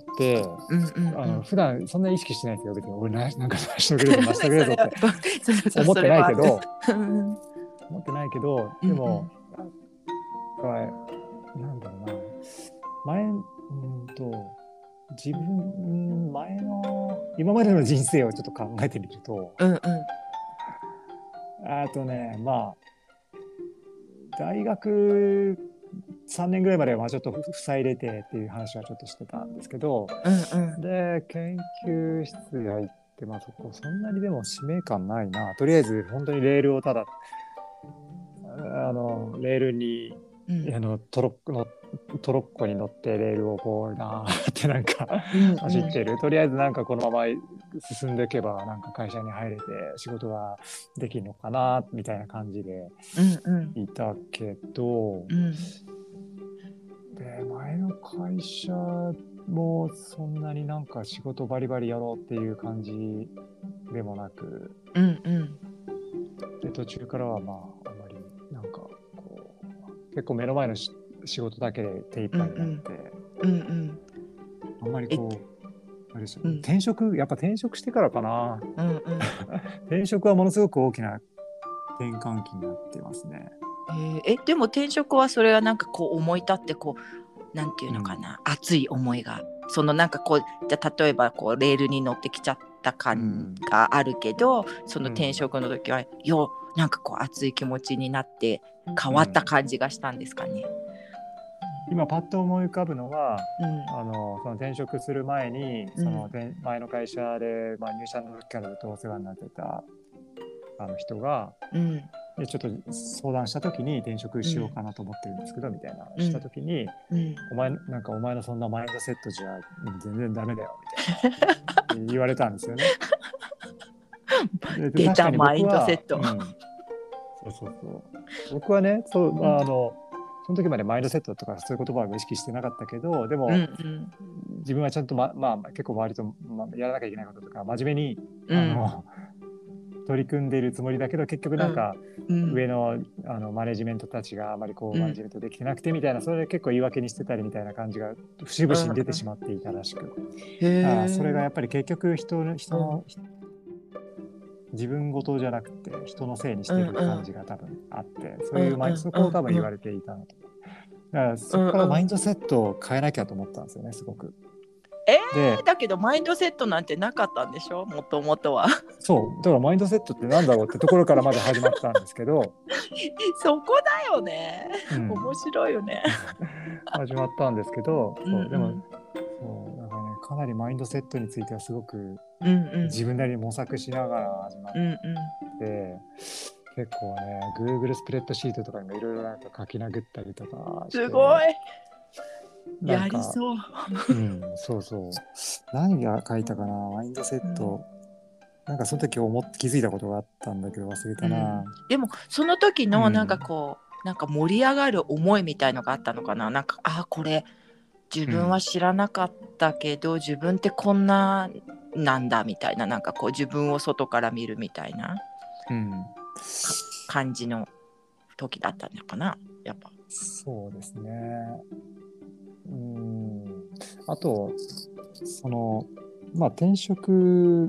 うんうんうん、あの普段そんな意識しないですよ。別に俺なんか成し遂げるぞ成し遂げるぞって思ってないけど思ってないけど、でも、うんうん、なんだろうな、前うんと自分前の今までの人生をちょっと考えてみると、うんうん、あとね、まあ大学さんねんぐらいまではまあちょっと塞いでてっていう話はちょっとしてたんですけど、うんうん、で研究室入って、まあ、そこそんなにでも使命感ないな、とりあえず本当にレールをただあのレールに、うん、あのトロッコのトロッコに乗ってレールをこうなーってなんか走ってる、うんうん、とりあえずなんかこのまま進んでいけばなんか会社に入れて仕事ができるのかなみたいな感じでいたけど、うんうん、で前の会社もそんなになんか仕事バリバリやろうっていう感じでもなく、うんうん、で途中からはまああまりなんかこう結構目の前の仕事だけで手一杯になって、うんうんうん、あんまりこうあれですよ、うん、転職やっぱ転職してからかな、うんうん、転職はものすごく大きな転換期になってますね。 えー、えでも転職はそれはなんかこう思い立ってこうなんていうのかな、うん、熱い思いがそのなんかこうじゃ例えばこうレールに乗ってきちゃった感があるけど、うん、その転職の時は、うん、よなんかこう熱い気持ちになって変わった感じがしたんですかね。 うん、今パッと思い浮かぶのは、うん、あのその転職する前にその前の会社で、まあ、入社の時からずっとお世話になってたあの人が、うん、でちょっと相談した時に転職しようかなと思ってるんですけど、うん、みたいなした時に、うん、お前なんかお前のそんなマインドセットじゃ全然ダメだよみたいな言われたんですよね。 出たマインドセット、うん、 そうそうそう僕はねそう、まあ、あのその時までマインドセットとかそういう言葉は意識してなかったけど、でも、 うんうん、 自分はちゃんと、ままあ、結構周りと、まあ、やらなきゃいけないこととか真面目に、 うん、 あの取り組んでいるつもりだけど、結局なんか、 うん、 上の、あのマネジメントたちがあまりこう、 うん、 マネジメントできてなくてみたいな、それで結構言い訳にしてたりみたいな感じが節々に出てしまっていたらしく、 へだからそれがやえ、 っぱり結局人の人の、自分事じゃなくて人のせいにしてる感じが多分あって、そういうマインド、そこを多分言われていたのと。だからそこからマインドセットを変えなきゃと思ったんですよね、すごく。 えでー、だけどマインドセットなんてなかったんでしょ、もともとは。 そうだからマインドセットってなんだろうってところからまず始まったんですけどそこだよね、 うん、 面白いよね。 始まったんですけど、そう、 うんうん、 でもそうなんかね、かなりマインドセットについてはすごくうんうん、 自分なりに模索しながら始まっうんうん、 て、結構ね Google スプレッドシートとかにもいろいろなんか書き殴ったりとかして、 すごいなんかやりそう。 うん、そうそう。何が書いたかな、マインドセット。うん、なんかその時思って気づいたことがあったんだけど忘れたな。 うん、でもその時のなんかこう、うん、なんか盛り上がる思いみたいのがあったのかな。なんかあこれ自分は知らなかったけど、うん、自分ってこんななんだみたいな、なんかこう自分を外から見るみたいな、うん、感じの時だったのかな、やっぱ。 そうですね。うん、あとそのまあ転職、うん、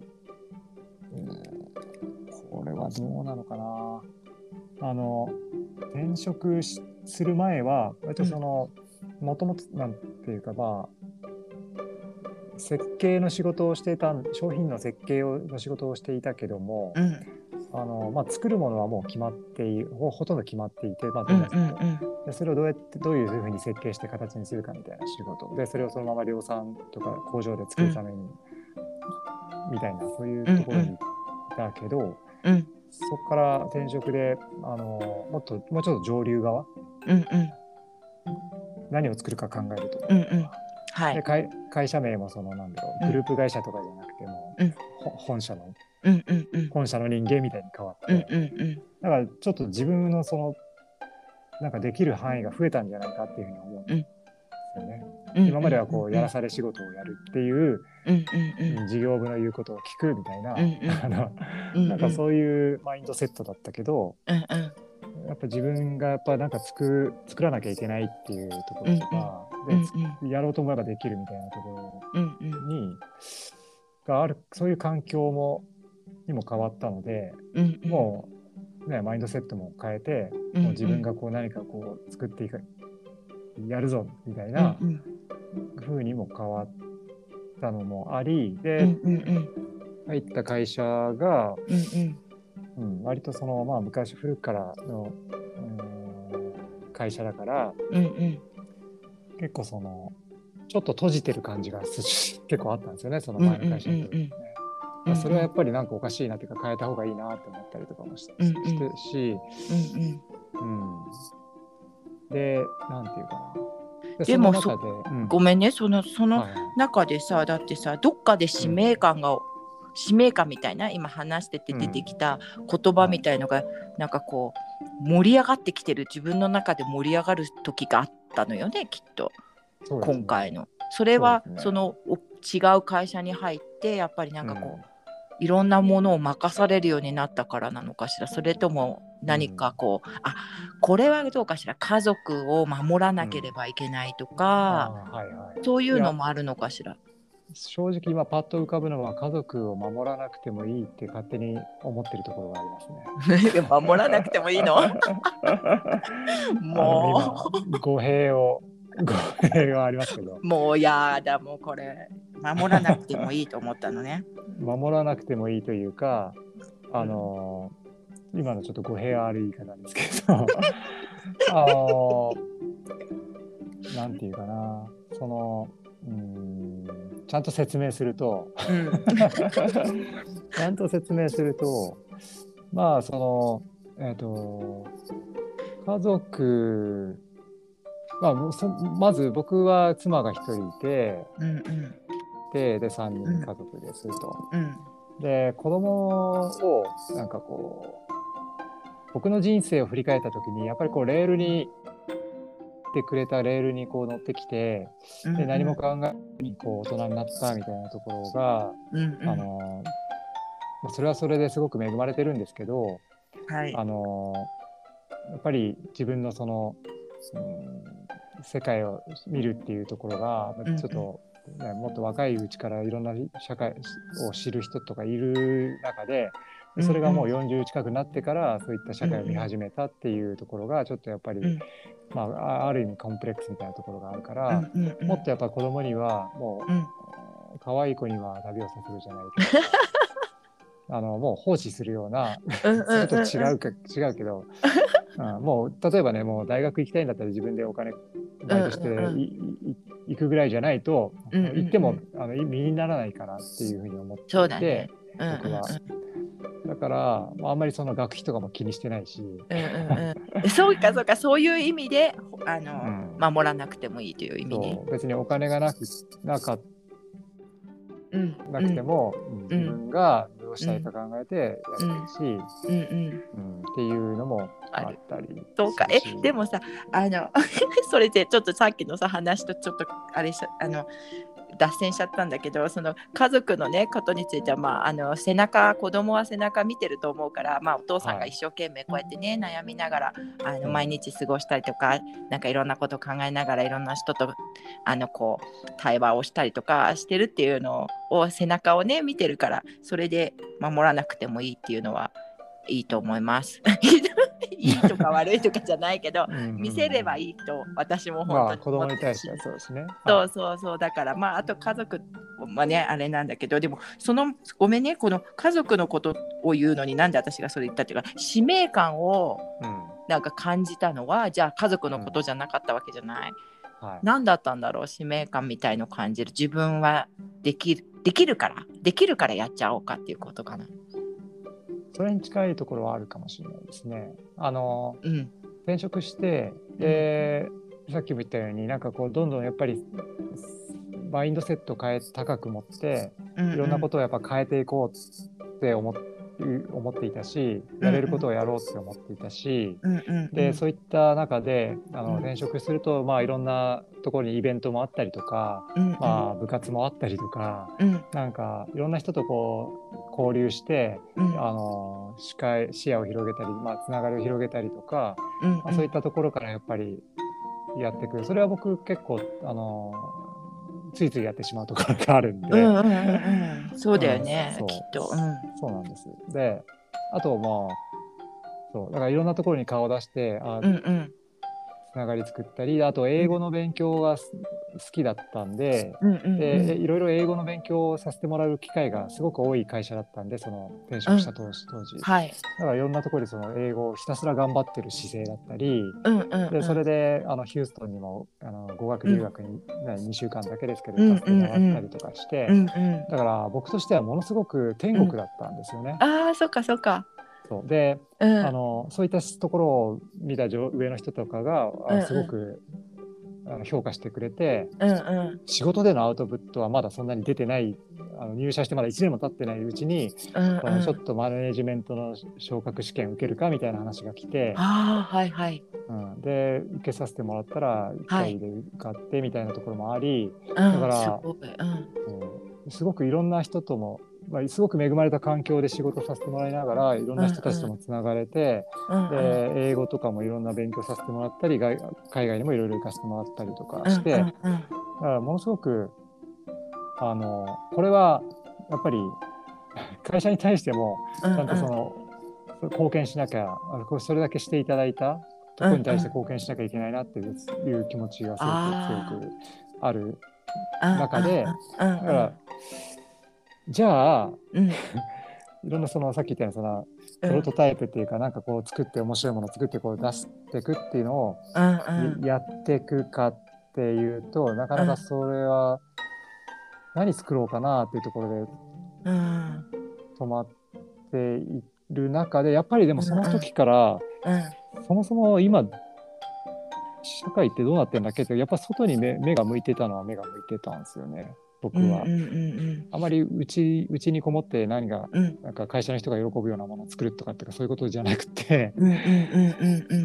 これはどうなのかな。あの転職する前は割とそのもともとなんていうか、まあ設計の仕事をしていた、商品の設計をの仕事をしていたけども、うん、あのまあ、作るものはもう決まっている、ほとんど決まっていて、まあ、どんな設計、うんうんうん、でそれをどうやってどういうふうに設計して形にするかみたいな仕事で、それをそのまま量産とか工場で作るために、うん、みたいなそういうところにいたけど、うんうん、そこから転職であのもっともうちょっと上流側、うんうん、何を作るか考えるとか、うんうん、はい、で 会, 会社名もそのなんだろう、グループ会社とかじゃなくても、うん、本社の、うんうんうん、本社の人間みたいに変わって、うんうんうん、だからちょっと自分のそのなんかできる範囲が増えたんじゃないかっていうふうに思うんですよね。うん、今まではこうやらされ仕事をやるっていう、うんうんうん、事業部の言うことを聞くみたいな、うんうん、なんかそういうマインドセットだったけど、うんうん、やっぱ自分がやっぱなんか作作らなきゃいけないっていうところとか、うんうん、で、うんうん、やろうと思えばできるみたいなところに、うんうん、がある、そういう環境もにも変わったので、うんうん、もう、ね、マインドセットも変えて、うんうん、もう自分がこう何かこう作っていく、やるぞみたいな風にも変わったのもあり、で、うんうんうん、入った会社が、うんうんうん、割とその、まあ、昔古くからの、うん、会社だから、うんうん、結構そのちょっと閉じてる感じが結構あったんですよね、その前の会社の時にね。うんうんうん、それはやっぱりなんかおかしいなっていうか変えた方がいいなって思ったりとかもして、うんうん、してし、うんうんうん、でなんていうかな。 で, でもそ、うん、ごめんね、そのその中でさ、はい、だってさ、どっかで使命感が、うん、使命感みたいな、今話してて出てきた言葉みたいのが、うん、なんかこう盛り上がってきてる、自分の中で盛り上がる時があったのよね、きっと。ね、今回のそれは そ,、ね、その違う会社に入ってやっぱりなんかこう、うん、いろんなものを任されるようになったからなのかしら、それとも何かこう、うん、あこれはどうかしら、家族を守らなければいけないとか、うん、はいはい、そういうのもあるのかしら。 正直今パッと浮かぶのは、家族を守らなくてもいいって勝手に思ってるところがありますね。 守らなくてもいいのもう今語弊を語弊がありますけど、 もうやだ、もうこれ守らなくてもいいと思ったのね。 守らなくてもいいというか、あの、うん、今のちょっと語弊ある言い方ですけどあのなんていうかな、そのうーんちゃんと説明すると、うん、ちゃんと説明すると、まあそのえっと家族、まあ、まず僕は妻が一人いて、うんうん、で, でさんにん家族ですと、うん、で子供をなんかこう僕の人生を振り返った時にやっぱりこうレールにってくれたレールにこう乗ってきて、 うんで何も考えずにこう大人になったみたいなところが、 うんうん、 あのそれはそれですごく恵まれてるんですけど、 はい、 あのやっぱり自分のその、うん、世界を見るっていうところがちょっと、ね、もっと若いうちからいろんな社会を知る人とかいる中で、それがもうよんじゅう近くなってからそういった社会を見始めたっていうところがちょっとやっぱり、うん、まあ、ある意味コンプレックスみたいなところがあるから、うんうんうん、もっとやっぱ子供にはもう、うん、可愛い子には旅をさせるじゃないけどあのもう放置するようなちょっと違うか違うけど、うん、もう例えばね、もう大学行きたいんだったら自分でお金バイトして行くぐらいじゃないと、うんうんうん、行ってもあの身にならないかなっていうふうに思っていて、そうだね、うんうんうん、僕はだから、まあ、あんまりその学費とかも気にしてないし、うんうんうん、そうかそうか、そういう意味であの、うん、守らなくてもいいという意味ね。 そう、別にお金がなくなかったうん、なくても、うん、自分がどうしたいか考えてやるし、うんうんうん、っていうのもあったりするし。 そうか、えでもさ、あのそれでちょっとさっきのさ話とちょっとあれしあの脱線しちゃったんだけど、その家族のねことについては、まあ、あの背中子供は背中見てると思うから、まあ、お父さんが一生懸命こうやってね、はい、悩みながらあの毎日過ごしたりとか、なんかいろんなことを考えながらいろんな人とあのこう対話をしたりとかしてるっていうのを背中をね見てるから、それで守らなくてもいいっていうのはいいと思いますいいとか悪いとかじゃないけどうん、うん、見せればいいと私も本当に思ってるし、まあ、子供に対してはそうですね、そうそうそう、だからまああと家族はねあれなんだけど、でもそのごめんね、この家族のことを言うのになんで私がそれ言ったっていうか、使命感をなんか感じたのは、うん、じゃあ家族のことじゃなかったわけじゃない、うん、はい、何だったんだろう、使命感みたいの感じる、自分はできるできるからできるからやっちゃおうかっていうことかな。 それに近いところはあるかもしれないですね。あの、うん、転職してで、うん、さっきも言ったようになんかこうどんどんやっぱりマインドセットを変え高く持って、うんうん、いろんなことをやっぱ変えていこうって思って思っていたし、やれることをやろうって思っていたし、うんうん、でそういった中であの転職すると、まあ、いろんなところにイベントもあったりとか、うんうん、まあ、部活もあったりとか、うん、なんかいろんな人とこう交流して、うん、あの視界視野を広げたり、まあ、つながりを広げたりとか、うんうん、まあ、そういったところからやっぱりやっていく。それは僕結構あのついついやってしまうところがあるんで、うんうんうん、そうだよね、うん、きっと、うん、そうなんです。で、あとまあそうだからいろんなところに顔を出してあ、うんうん、つながり作ったり、あと英語の勉強が好きだったんで、うんうんうん、でいろいろ英語の勉強をさせてもらう機会がすごく多い会社だったんで、その転職した当時、うん、はい、だからいろんなところでその英語をひたすら頑張ってる姿勢だったり、うんうんうん、でそれであのヒューストンにもあの語学留学に、うん、にしゅうかんだけですけど行かせてもらったりとかして、うんうん、だから僕としてはものすごく天国だったんですよね。うん、ああ、そっかそっか。そうで、うん、あのそういったところを見た上の人とかが、うんうん、すごくあの評価してくれて、うんうん、仕事でのアウトプットはまだそんなに出てない、あの入社してまだいちねんも経ってないうちに、うんうん、ちょっとマネジメントの昇格試験受けるかみたいな話が来て、あ、はいはい、うん、で受けさせてもらったらいっかいで受かってみたいなところもあり、はい、だから、うん、すごい、うん、すごくいろんな人とも、まあ、すごく恵まれた環境で仕事させてもらいながらいろんな人たちともつながれて、うんうん、で英語とかもいろんな勉強させてもらったり、海外にもいろいろ行かせてもらったりとかして、うんうんうん、だからものすごくあのこれはやっぱり会社に対してもちゃんとその、うんうん、貢献しなきゃ、それだけしていただいたところに対して貢献しなきゃいけないなっていう気持ちがすごく強くある中で、だからじゃあ、うん、いろんなそのさっき言ったようなそのプロトタイプっていうか、うん、なんかこう作って面白いものを作ってこう出していくっていうのを、うんうん、やっていくかっていうとなかなかそれは何作ろうかなっていうところで止まっている中で、やっぱりでもその時から、うんうん、そもそも今社会ってどうなってんだっけってやっぱ外に 目, 目が向いてたのは目が向いてたんですよね。僕は、うんうんうんうん、あまりうちうちにこもって何が、うん、なんか会社の人が喜ぶようなものを作るとかってかそういうことじゃなくて、うんうんうんうんうん、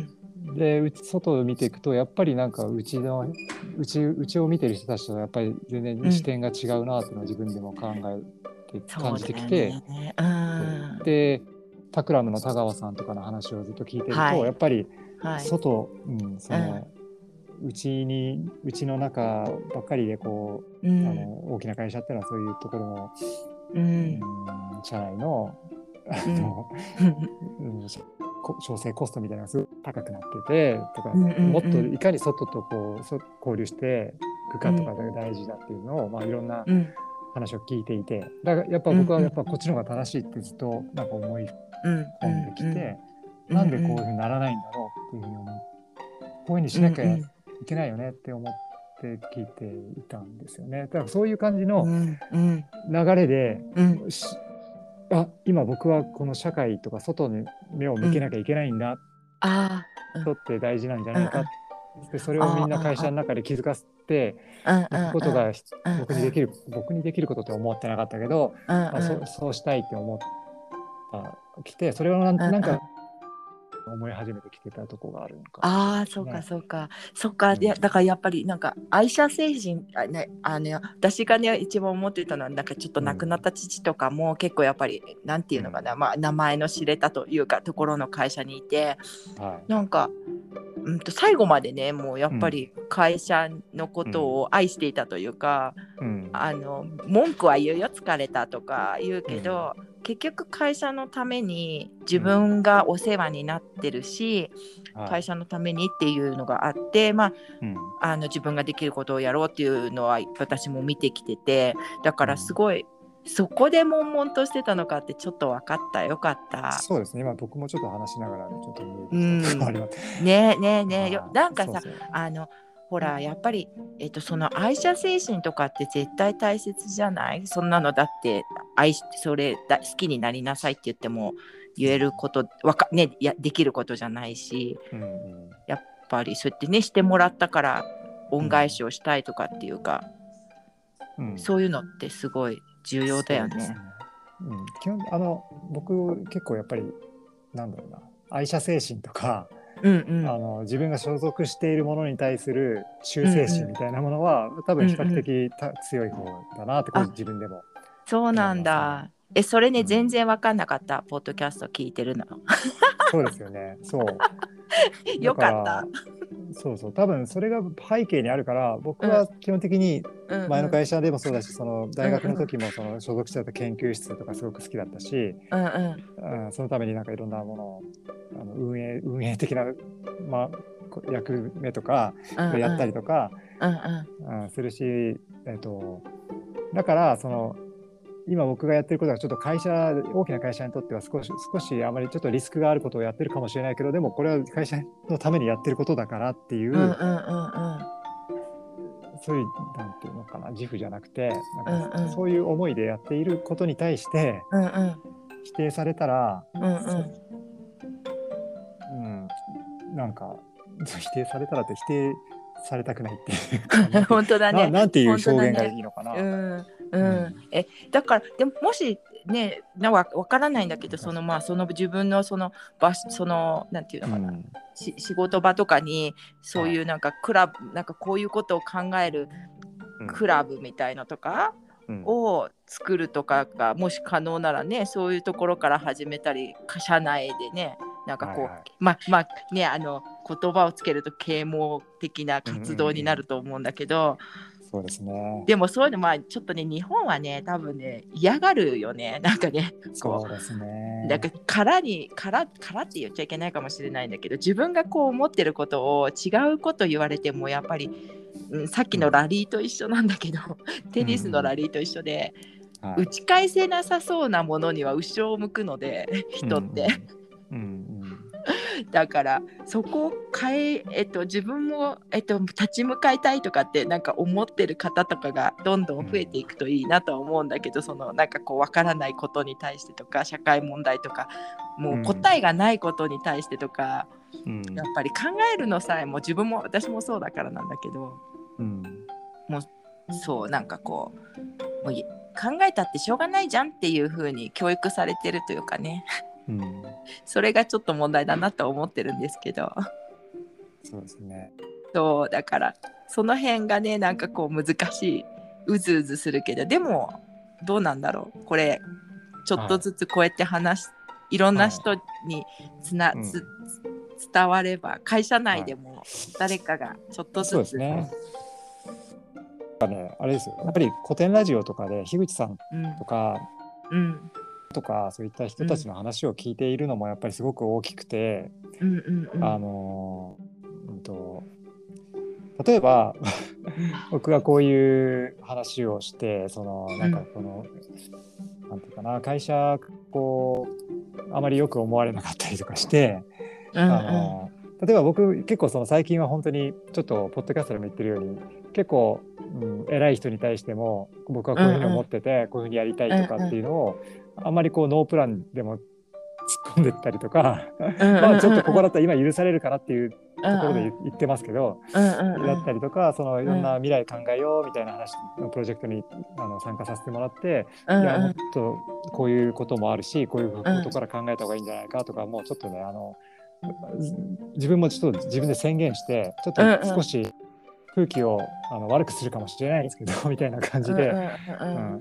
でうち外を見ていくとやっぱりなんかうちのうちうちを見てる人たちとやっぱり全然視点が違うなっていうのを自分でも考えて感じてきて、 ね、うん、 でタクラムの田川さんとかの話をずっと聞いてると、はい、やっぱり外、はい、うん、その、うん、うちにうちの中ばっかりでこう、うん、あの大きな会社っていうのはそういうところの、うんうん、社内のあの、うん調整コストみたいなのがすごく高くなっててとか、うんうんうん、もっといかに外とこう交流していくかとかが大事だっていうのを、うんまあ、いろんな話を聞いていて、だからやっぱ僕はやっぱこっちの方が正しいってずっとなんか思い込んできて、うんうんうん、なんでこういうふうにならないんだろうっていうふうに思ってこういうふうにしなきゃいけないよねって思って聞いていたんですよね。だからそういう感じの流れで、うんうんあ今僕はこの社会とか外に目を向けなきゃいけないんだ、うん、あ人って大事なんじゃないか、うん、でそれをみんな会社の中で気づかせていくことが僕にできる、うん、僕にできることって思ってなかったけど、うんまあ、そ, そうしたいって思ったきてそれをなん、なんか思い始めてきてたとこがあるのか、ね、 ああそうかそうかそうか、うん、いやだからやっぱりなんか愛社精神あ、ね、あの私がね一番思ってたのはなんかちょっと亡くなった父とかも結構やっぱり、うん、なんていうのかな、まあ、名前の知れたというかところの会社にいて、はい、なんか、うんと最後までねもうやっぱり会社のことを愛していたというか、うん、あの文句は言うよ疲れたとか言うけど、うん結局会社のために自分がお世話になってるし、うん、会社のためにっていうのがあって、まあうん、あの自分ができることをやろうっていうのは私も見てきててだからすごい、うん、そこで悶々としてたのかってちょっと分かったよかったそうですね今僕もちょっと話しながらちょっと見えてきたところあります、 うん、ねえねえねえよなんかさそうそうあのほらやっぱり、えっと、その愛社精神とかって絶対大切じゃないそんなのだって愛してそれだ好きになりなさいって言っても言えることわか、ね、やできることじゃないし、うんうん、やっぱりそうやってねしてもらったから恩返しをしたいとかっていうか、うん、そういうのってすごい重要だよね。ねうん、基本あの僕結構やっぱりなんだろうな愛社精神とかうんうん、あの自分が所属しているものに対する忠誠心みたいなものは、うんうん、多分比較的た、うんうん、強い方だなってこれ自分でも、ね、 そうなんだえそれね、うん、全然分かんなかったポッドキャスト聞いてるのそうですよねそうよかったそうそう多分それが背景にあるから僕は基本的に前の会社でもそうだし、うんうん、その大学の時もその所属してた研究室とかすごく好きだったし、うんうんうん、そのためになんかいろんなものをあの運営運営的な、まあ、役目とかやったりとか、うんうんうん、するし、えっと、だからその今僕がやってることはちょっと会社大きな会社にとっては少し少しあまりちょっとリスクがあることをやってるかもしれないけどでもこれは会社のためにやってることだからっていう、うんうんうんうん、そういうなんていうのかな自負じゃなくてなんか、うんうん、そういう思いでやっていることに対して、うんうん、否定されたら、うんうんうん、なんか否定されたらって否定されたくないっていう本当だねな, なんていう表現がいいのかな、 うんうんうん、えだからでももしねなわからないんだけどそのまあその自分のその場そのなんていうのかな、うん、し仕事場とかにそういうなんかクラブ、はい、なんかこういうことを考えるクラブみたいのとかを作るとかがもし可能ならねそういうところから始めたり社内でねなんかこう、はいはい、まあまあねあの言葉をつけると啓蒙的な活動になると思うんだけど、 うんうんうん、そうですね。 でもそういうのまあちょっとね日本はね多分ね嫌がるよねなんかねこうそうですねなんか殻に殻殻って言っちゃいけないかもしれないんだけど自分がこう思ってることを違うこと言われてもやっぱり、うん、さっきのラリーと一緒なんだけど、うん、テニスのラリーと一緒で、うんうん、打ち返せなさそうなものには後ろを向くので人って、うんうんうんだからそこを変え、えっと、自分も、えっと、立ち向かいたいとかってなんか思ってる方とかがどんどん増えていくといいなとは思うんだけど、うん、そのなんかこう分からないことに対してとか社会問題とかもう答えがないことに対してとか、うん、やっぱり考えるのさえも自分も私もそうだからなんだけど、うん、もうそうなんかこう、もう考えたってしょうがないじゃんっていう風に教育されてるというかねうん、それがちょっと問題だなと思ってるんですけどそうですね。 そうだからその辺がねなんかこう難しい、うずうずするけど、でもどうなんだろうこれちょっとずつこうやって話し、はい、いろんな人につな、はい、つ伝われば会社内でも誰かがちょっとずつ、 そうですね。ね、あれですよ、やっぱり古典ラジオとかで樋口さんとか、うん、とかそういった人たちの話を聞いているのもやっぱりすごく大きくて、うんうんうん、あの、うんと、例えば僕がこういう話をしてそのなんかこの、うん、なんていうかな、会社こうあまりよく思われなかったりとかして、うんうん、あの例えば僕結構その最近は本当にちょっとポッドキャストでも言ってるように結構、うん、偉い人に対しても僕はこういうふうに思ってて、うんうん、こういうふうにやりたいとかっていうのを、うんうん、あんまりこうノープランでも突っ込んでったりとか、うんうん、まあちょっとここだったら今許されるかなっていうところで言ってますけど、うんうん、だったりとかそのいろんな未来考えようみたいな話のプロジェクトにあの参加させてもらって、うんうん、いやもっとこういうこともあるしこういうことから考えた方がいいんじゃないかとか、もうちょっとねあの自分もちょっと自分で宣言してちょっと少し空気をあの悪くするかもしれないですけどみたいな感じで、うん、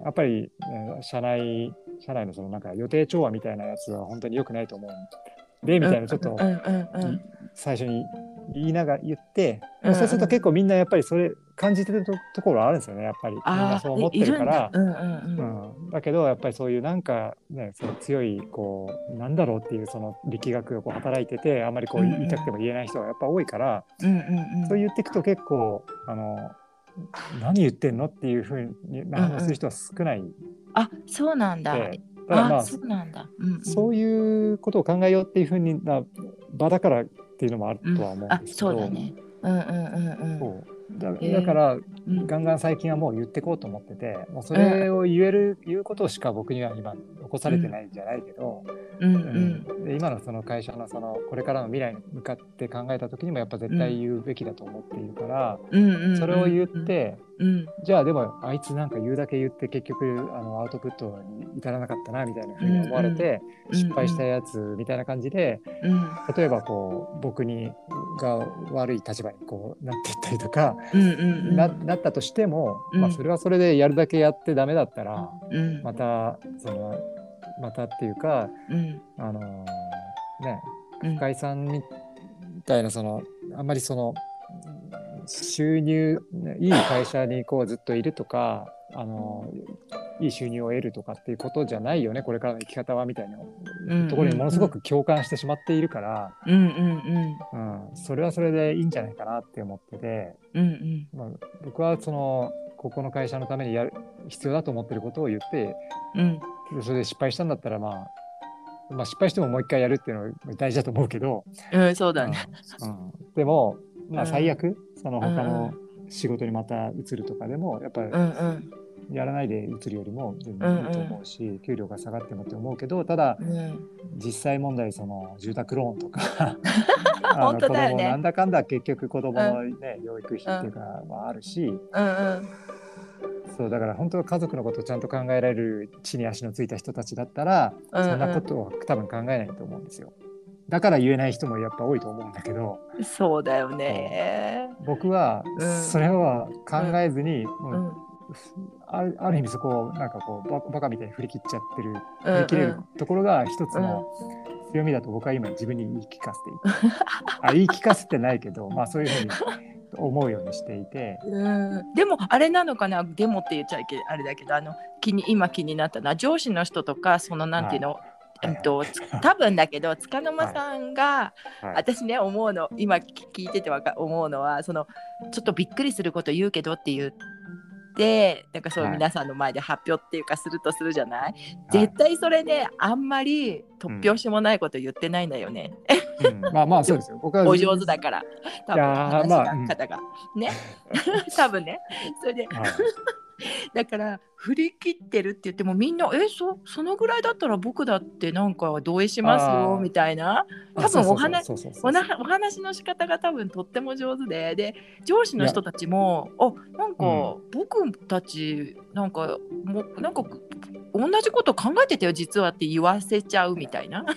やっぱり、ね、社内社内のそのなんか予定調和みたいなやつは本当に良くないと思うんでみたいなちょっと最初に言いながら言って、うんうん、そうすると結構みんなやっぱりそれ感じてる と, ところあるんですよね、やっぱりみんなそう思ってるから、うんうんうんうん、だけどやっぱりそういうなんかねその強いこうなんだろうっていうその力学がこう働いててあんまりこう言いたくても言えない人がやっぱ多いから、うんうんうん、そう言っていくと結構あの何言ってんのっていうふうに反応する人は少ない、うんうん、 あそうなんだ。 ただまあ、 そうなんだ、うんうん、 そういうことを考えようっていうふうにな場だからっていうのもあるとは思うんですけど、うん、あそうだね、うんうんうんうん、そうだ, だから、うん、ガンガン最近はもう言ってこうと思ってて、もうそれを言える、うん、言うことしか僕には今残されてないんじゃないけど、うんうんうん、で今のその会社のそのこれからの未来に向かって考えた時にもやっぱ絶対言うべきだと思っているから、うん、それを言って、うん、じゃあでもあいつなんか言うだけ言って結局あのアウトプットに至らなかったなみたいなふうに思われて、うん、失敗したやつみたいな感じで、うん、例えばこう僕にが悪い立場にこうなっていったりとか、うんうんうん、な, なったとしても、うん、まあ、それはそれでやるだけやってダメだったら、うん、またそのまたっていうか、うん、あのー、ね深井さんみたいなそのあんまりその収入いい会社にこうずっといるとか、あのいい収入を得るとかっていうことじゃないよねこれからの生き方はみたいなところにものすごく共感してしまっているから、うんうんうんうん、それはそれでいいんじゃないかなって思ってて、うんうんまあ、僕はそのここの会社のためにやる必要だと思ってることを言って、うん、それで失敗したんだったら、まあ、まあ失敗してももう一回やるっていうのは大事だと思うけど、うん、そうだね、うんうん、でもまあ最悪、うん、その他の仕事にまた移るとかでもやっぱりやらないで移るよりも全然いいと思うし、うんうん、給料が下がってもって思うけど、ただ、うん、実際問題その住宅ローンとかあの子供なんだかんだ結局子供の、ねうん、養育費っていうかはあるし、うんうん、そうだから本当は家族のことをちゃんと考えられる地に足のついた人たちだったら、うんうん、そんなことを多分考えないと思うんですよ。だから言えない人もやっぱ多いと思うんだけど、そうだよね。僕はそれは考えずに、うんうん、あ, るある意味そこをなんかこうバ, バカみたいに振り切っちゃってる、振り切れるところが一つの強みだと僕は今自分に言い聞かせていて、あ言い聞かせてないけど、まあそういうふうに思うようにしていて、うん、でもあれなのかな、でもって言っちゃいけあれだけど、あの気に今気になったのは上司の人とかそのなんていうの、はいえっと、多分だけど塚沼さんが、はいはい、私ね思うの今聞いててわか思うのはそのちょっとびっくりすること言うけどって言ってなんかそういう皆さんの前で発表っていうかするとするじゃない、はい、絶対それねあんまり突拍子もないこと言ってないんだよね、うん、まあまあそうですよ、僕はお上手だから多分話した方が、まあ、ね多分ねそれで、はいだから振り切ってるって言ってもみんなえ そ, そのぐらいだったら僕だってなんか同意しますよみたいな、多分お話お話の仕方が多分とっても上手で、で上司の人たちもあなんか、うん、僕たちなんかもなんか同じこと考えてたよ実はって言わせちゃうみたいな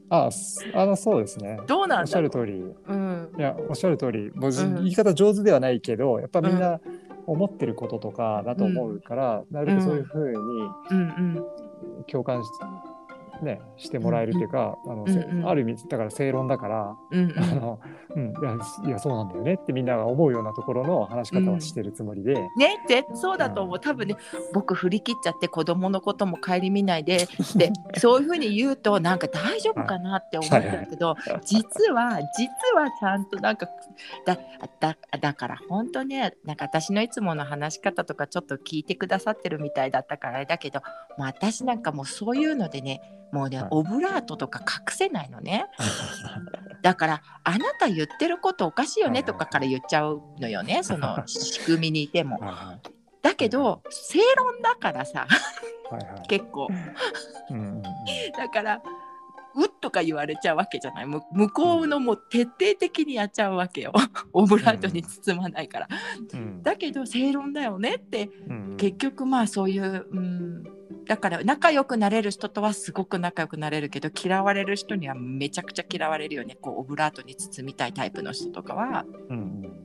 あ、すあのそうですね。 どうなおっしゃんだろう。 る通り、 うん、 いや、おっしゃる通り、もうじうん言い方上手ではないけど、やっぱうんみんな思ってることとかだと思うから、なるべくそういうふうにうんうん共感し、ね、してもらえるうんうんというか、あの、せうんうんある意味だから正論だから、 うんうんあの、うん、いや、いやそうなんだよねってみんなが思うようなところの話し方はしてるつもりで、 ね、ぜそうだと思う。多分ね、僕振り切っちゃって子供のことも顧みないででそういうふうに言うとなんか大丈夫かなって思っちゃうけど、実は実はちゃんとなんかだだだから本当ね、なんか私のいつもの話し方とかちょっと聞いてくださってるみたいだったからあれだけど、もう私なんかもうそういうのでね、もうね、 はいオブラートとか隠せないのね。だからあなた言ってることおかしいよねとかから言っちゃうのよね、その仕組みにいても。 はいはい、 だけど正論だからさ、 はいはい、 結構うんうんうん、 だからうっとか言われちゃうわけじゃない。む向こうのもう徹底的にやっちゃうわけよ。オブラートに包まないから、 うん、 だけど正論だよねって、 うん、 結局まあそういう、うん、だから仲良くなれる人とはすごく仲良くなれるけど、嫌われる人にはめちゃくちゃ嫌われるよね。こうオブラートに包みたいタイプの人とかは、 うんうん、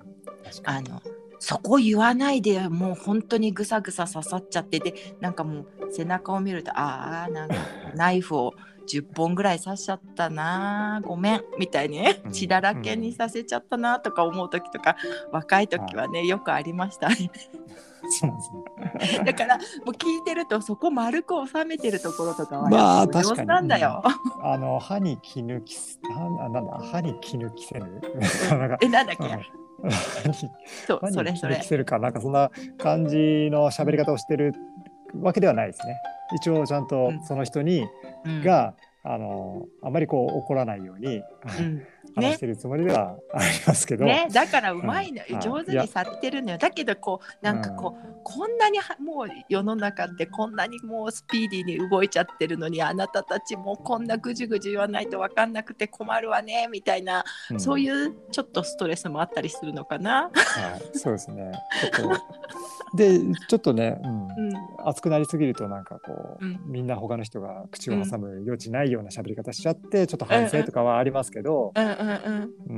確かにあのそこ言わないでもう本当にぐさぐさ刺さっちゃってで、なんかもう背中を見るとああなんかナイフをじゅっぽんぐらい刺しちゃったな、ごめんみたいにね、血だらけにさせちゃったなとか思う時とか、若い時はねよくありましたね。 そうなんですね。 だからもう聞いてるとそこ丸く収めてるところとかはまあ上手なんだよ。 うん、あの歯に衣着せあなんだ歯に衣着せぬなんかえなんだっけ、 うん、 そうそれそれ着せるかなんかそんな感じの喋り方をしてるわけではないですね。一応ちゃんとその人に、うん、があのあまりこう怒らないように、うん、話してるつもりではありますけど、 ねね、だからうまいの、 うん、 上手にされてるのよ。だけどこうなんかこう、うん、こんなにもう世の中ってこんなにもうスピーディーに動いちゃってるのに、あなたたちもこんなぐじゅぐじゅ言わないと分かんなくて困るわねみたいな、うん、そういうちょっとストレスもあったりするのかな。 はい、そうですね。ちょっとでちょっとね、うんうん、熱くなりすぎるとなんかこう、うん、みんな他の人が口を挟む余地ないような喋り方しちゃって、うん、ちょっと反省とかはありますけど、うんうんうんうん、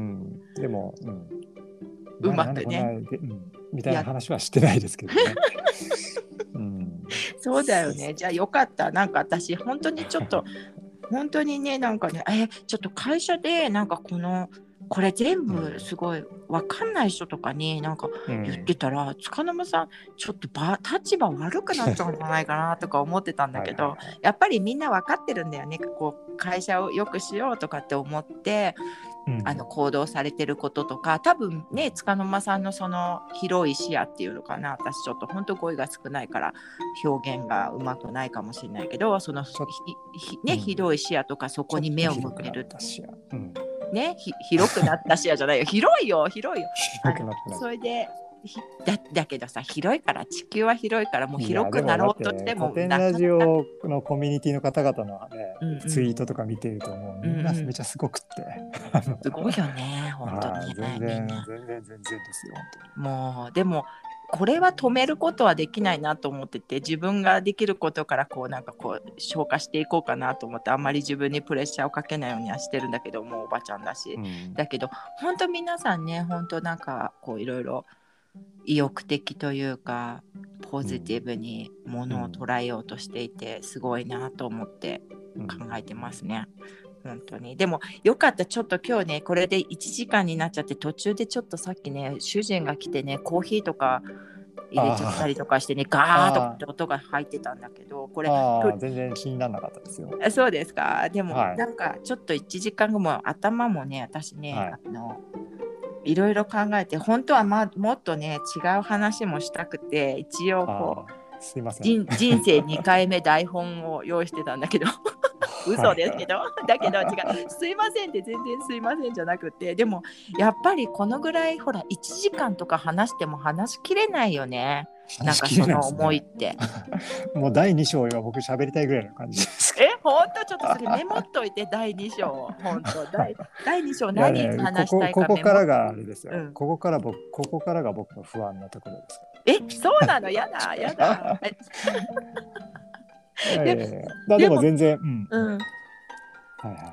でも、うん、 うまくね、 うん、みたいな話はしてないですけどね。うん、 そうだよね。じゃあよかった。なんか私本当にちょっと本当にねなんかねえちょっと会社でなんかこのこれ全部すごい分かんない人とかになんか言ってたら、うん、塚沼さんちょっと立場悪くなっちゃうんじゃないかなとか思ってたんだけどはいはい、はい、やっぱりみんな分かってるんだよね。こう会社を良くしようとかって思って、うん、あの行動されてることとか多分ね塚沼さんのその広い視野っていうのかな、私ちょっと本当語彙が少ないから表現がうまくないかもしれないけどそのひひ、ねうん、広い視野とかそこに目を向けるね、ひ広くなった視野じゃないよ広いよ広いよそれでだ, だけどさ広いから地球は広いからもう広くなろうとしても古典ラジオのコミュニティの方々の、ねうんうん、ツイートとか見てるともうみんなめちゃすごくって、 うんうん、すごいよね本当に、ね、 全然全然全然ですよ本当に。 もうでもこれは止めることはできないなと思ってて自分ができることからこうなんかこう消化していこうかなと思ってあんまり自分にプレッシャーをかけないようにはしてるんだけどもうおばちゃんだし、うん、だけど本当皆さんね本当なんかこういろいろ意欲的というかポジティブにものを捉えようとしていてすごいなと思って考えてますね、うん、本当に。でもよかった。ちょっと今日ねこれでいちじかんになっちゃって途中でちょっとさっきね主人が来てねコーヒーとか入れちゃったりとかしてねガーッとって音が入ってたんだけどこれ全然気にならなかったですよ。 そうですか。でも、はい、なんかちょっといちじかんごも頭もね私ね、はい、あのいろいろ考えて本当は、ま、もっとね違う話もしたくて一応こうすいません人生にかいめ台本を用意してたんだけど嘘ですけどだけど違うすいませんって全然すいませんじゃなくてでもやっぱりこのぐらいほらいちじかんとか話しても話しきれないよね。なんかその思いってもうだいに章今僕喋りたいぐらいの感じです。 え本当ちょっとそれメモっといてだいに章本当だいに章何話したいかメモっといて、 ここ、ここからがあれですよ、うん、ここから僕ここからが僕の不安なところです。 えそうなのやだやだで, でも全然、うんうんはいはい、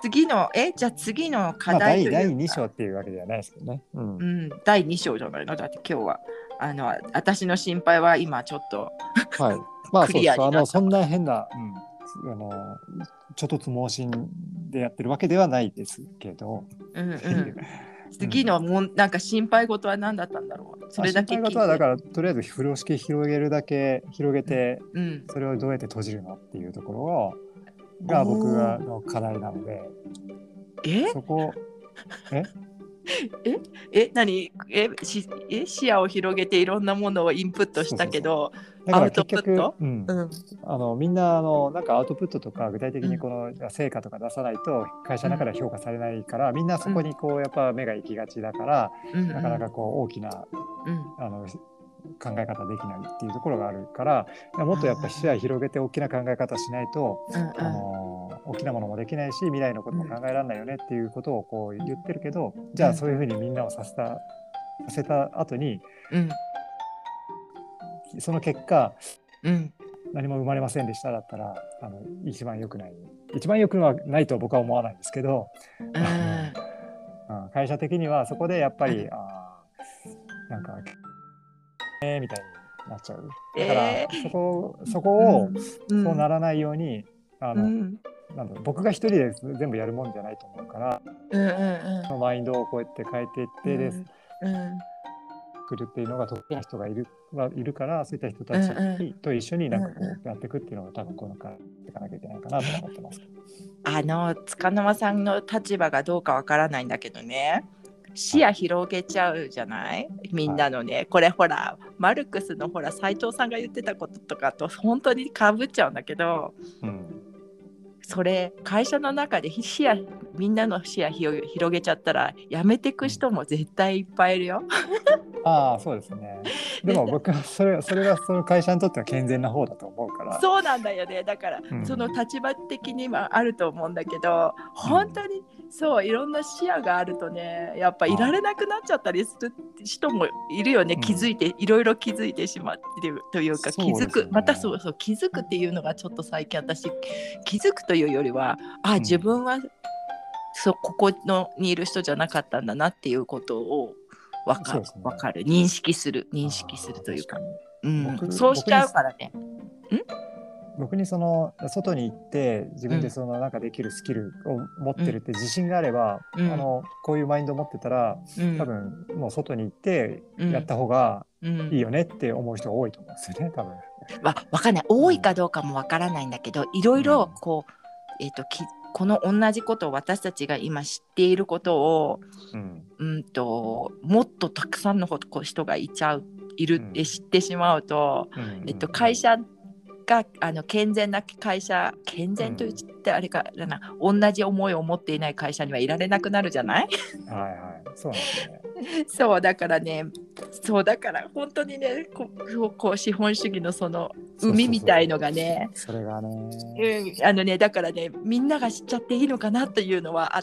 次のえじゃあ次の課まあ、 題というか、 第、第に章っていうわけではないですけどね。うんうん、だいに章じゃないの。だって今日はあの私の心配は今ちょっとはい。まあクそうです。 リアになった。 あのそんな変な、うん、あのちょっとつ盲信でやってるわけではないですけど。 うんうっていう。 ん、次のもんなんか心配事は何だったんだろう。それだけ聞いて。 心配事はだからとりあえず風呂敷広げるだけ広げて、 うん、 それをどうやって閉じるのっていうところをが僕がの課題なので、 えそこえええ何えしえ視野を広げていろんなものをインプットしたけど、 だからアウト結局、 プット、 うんうん、 あのみんなあのなんかアウトプットとか具体的にこの成果とか出さないと会社の中では評価されないから、みんなそこにこうやっぱ目が行きがちだから、 うん、 なかなかこう大きなうんあの考え方できないっていうところがあるから、もっとやっぱ視野広げて大きな考え方しないと、 うんうんあの大きなものもできないし未来のことも考えられないよねっていうことをこう言ってるけど、じゃあそういうふうにみんなをさせたさせた後に、 うんその結果うん何も生まれませんでしただったら、あの一番良くない一番良くはないと僕は思わないんですけど、 うんあのうん会社的にはそこでやっぱり、 うんあなんかえーみたいになっちゃう。だから、 えーそこそこを、 うんそうならないように、あのうんなんだろう、僕が一人で全部やるもんじゃないと思うから、 うんうんそのマインドをこうやって変えていってでうん作るっていうのが得意な人がいるはいるから、そういった人たちうんと一緒になんかこうやっていくっていうのが多分このからやっていかなきゃいけないかなと思ってます。 あの塚沼さんの立場がどうかわからないんだけどね、視野広げちゃうじゃないみんなのね、はい、これほらマルクスのほら斉藤さんが言ってたこととかと本当にかぶっちゃうんだけど、うん、それ会社の中で視野みんなの視野広げ、広げちゃったら辞めてく人も絶対いっぱいいるよ。 ああ、そうですね。でも僕はそれそれがその会社にとっては健全な方だと思うから。 そうなんだよね。だから、うん、その立場的にはあると思うんだけど、本当にそういろんな視野があるとね、やっぱいられなくなっちゃったりする人もいるよね。気づいて、いろいろ気づいてしまってるというか、気づく、ね、またそうそう気づくっていうのがちょっと最近私気づくというよりは、あ、自分は、うん、そうここのにいる人じゃなかったんだなっていうことを分かる、ね、分かる認識する認識するというか、うん、そうしちゃうからね。ん僕にその外に行って自分でそのなんかできるスキルを持ってるって自信があれば、うん、あのこういうマインドを持ってたら、うん、多分もう外に行ってやった方がいいよねって思う人が多いと思うんですよね、多分。 わ分かんない、多いかどうかも分からないんだけど、いろいろこう、えーと、きこの同じことを私たちが今知っていることを、うんうんともっとたくさんの人がいちゃういるって知ってしまうと、うんえっと、会社があの健全な会社健全と言ってあれかな、うん、同じ思いを持っていない会社にはいられなくなるじゃない。 はいはい、そうなんですね。 そうだからね、そうだから本当にね、こう、こう資本主義のその海みたいのがね、 それがね、 うん、あのねだからねみんなが知っちゃっていいのかなというのはあって。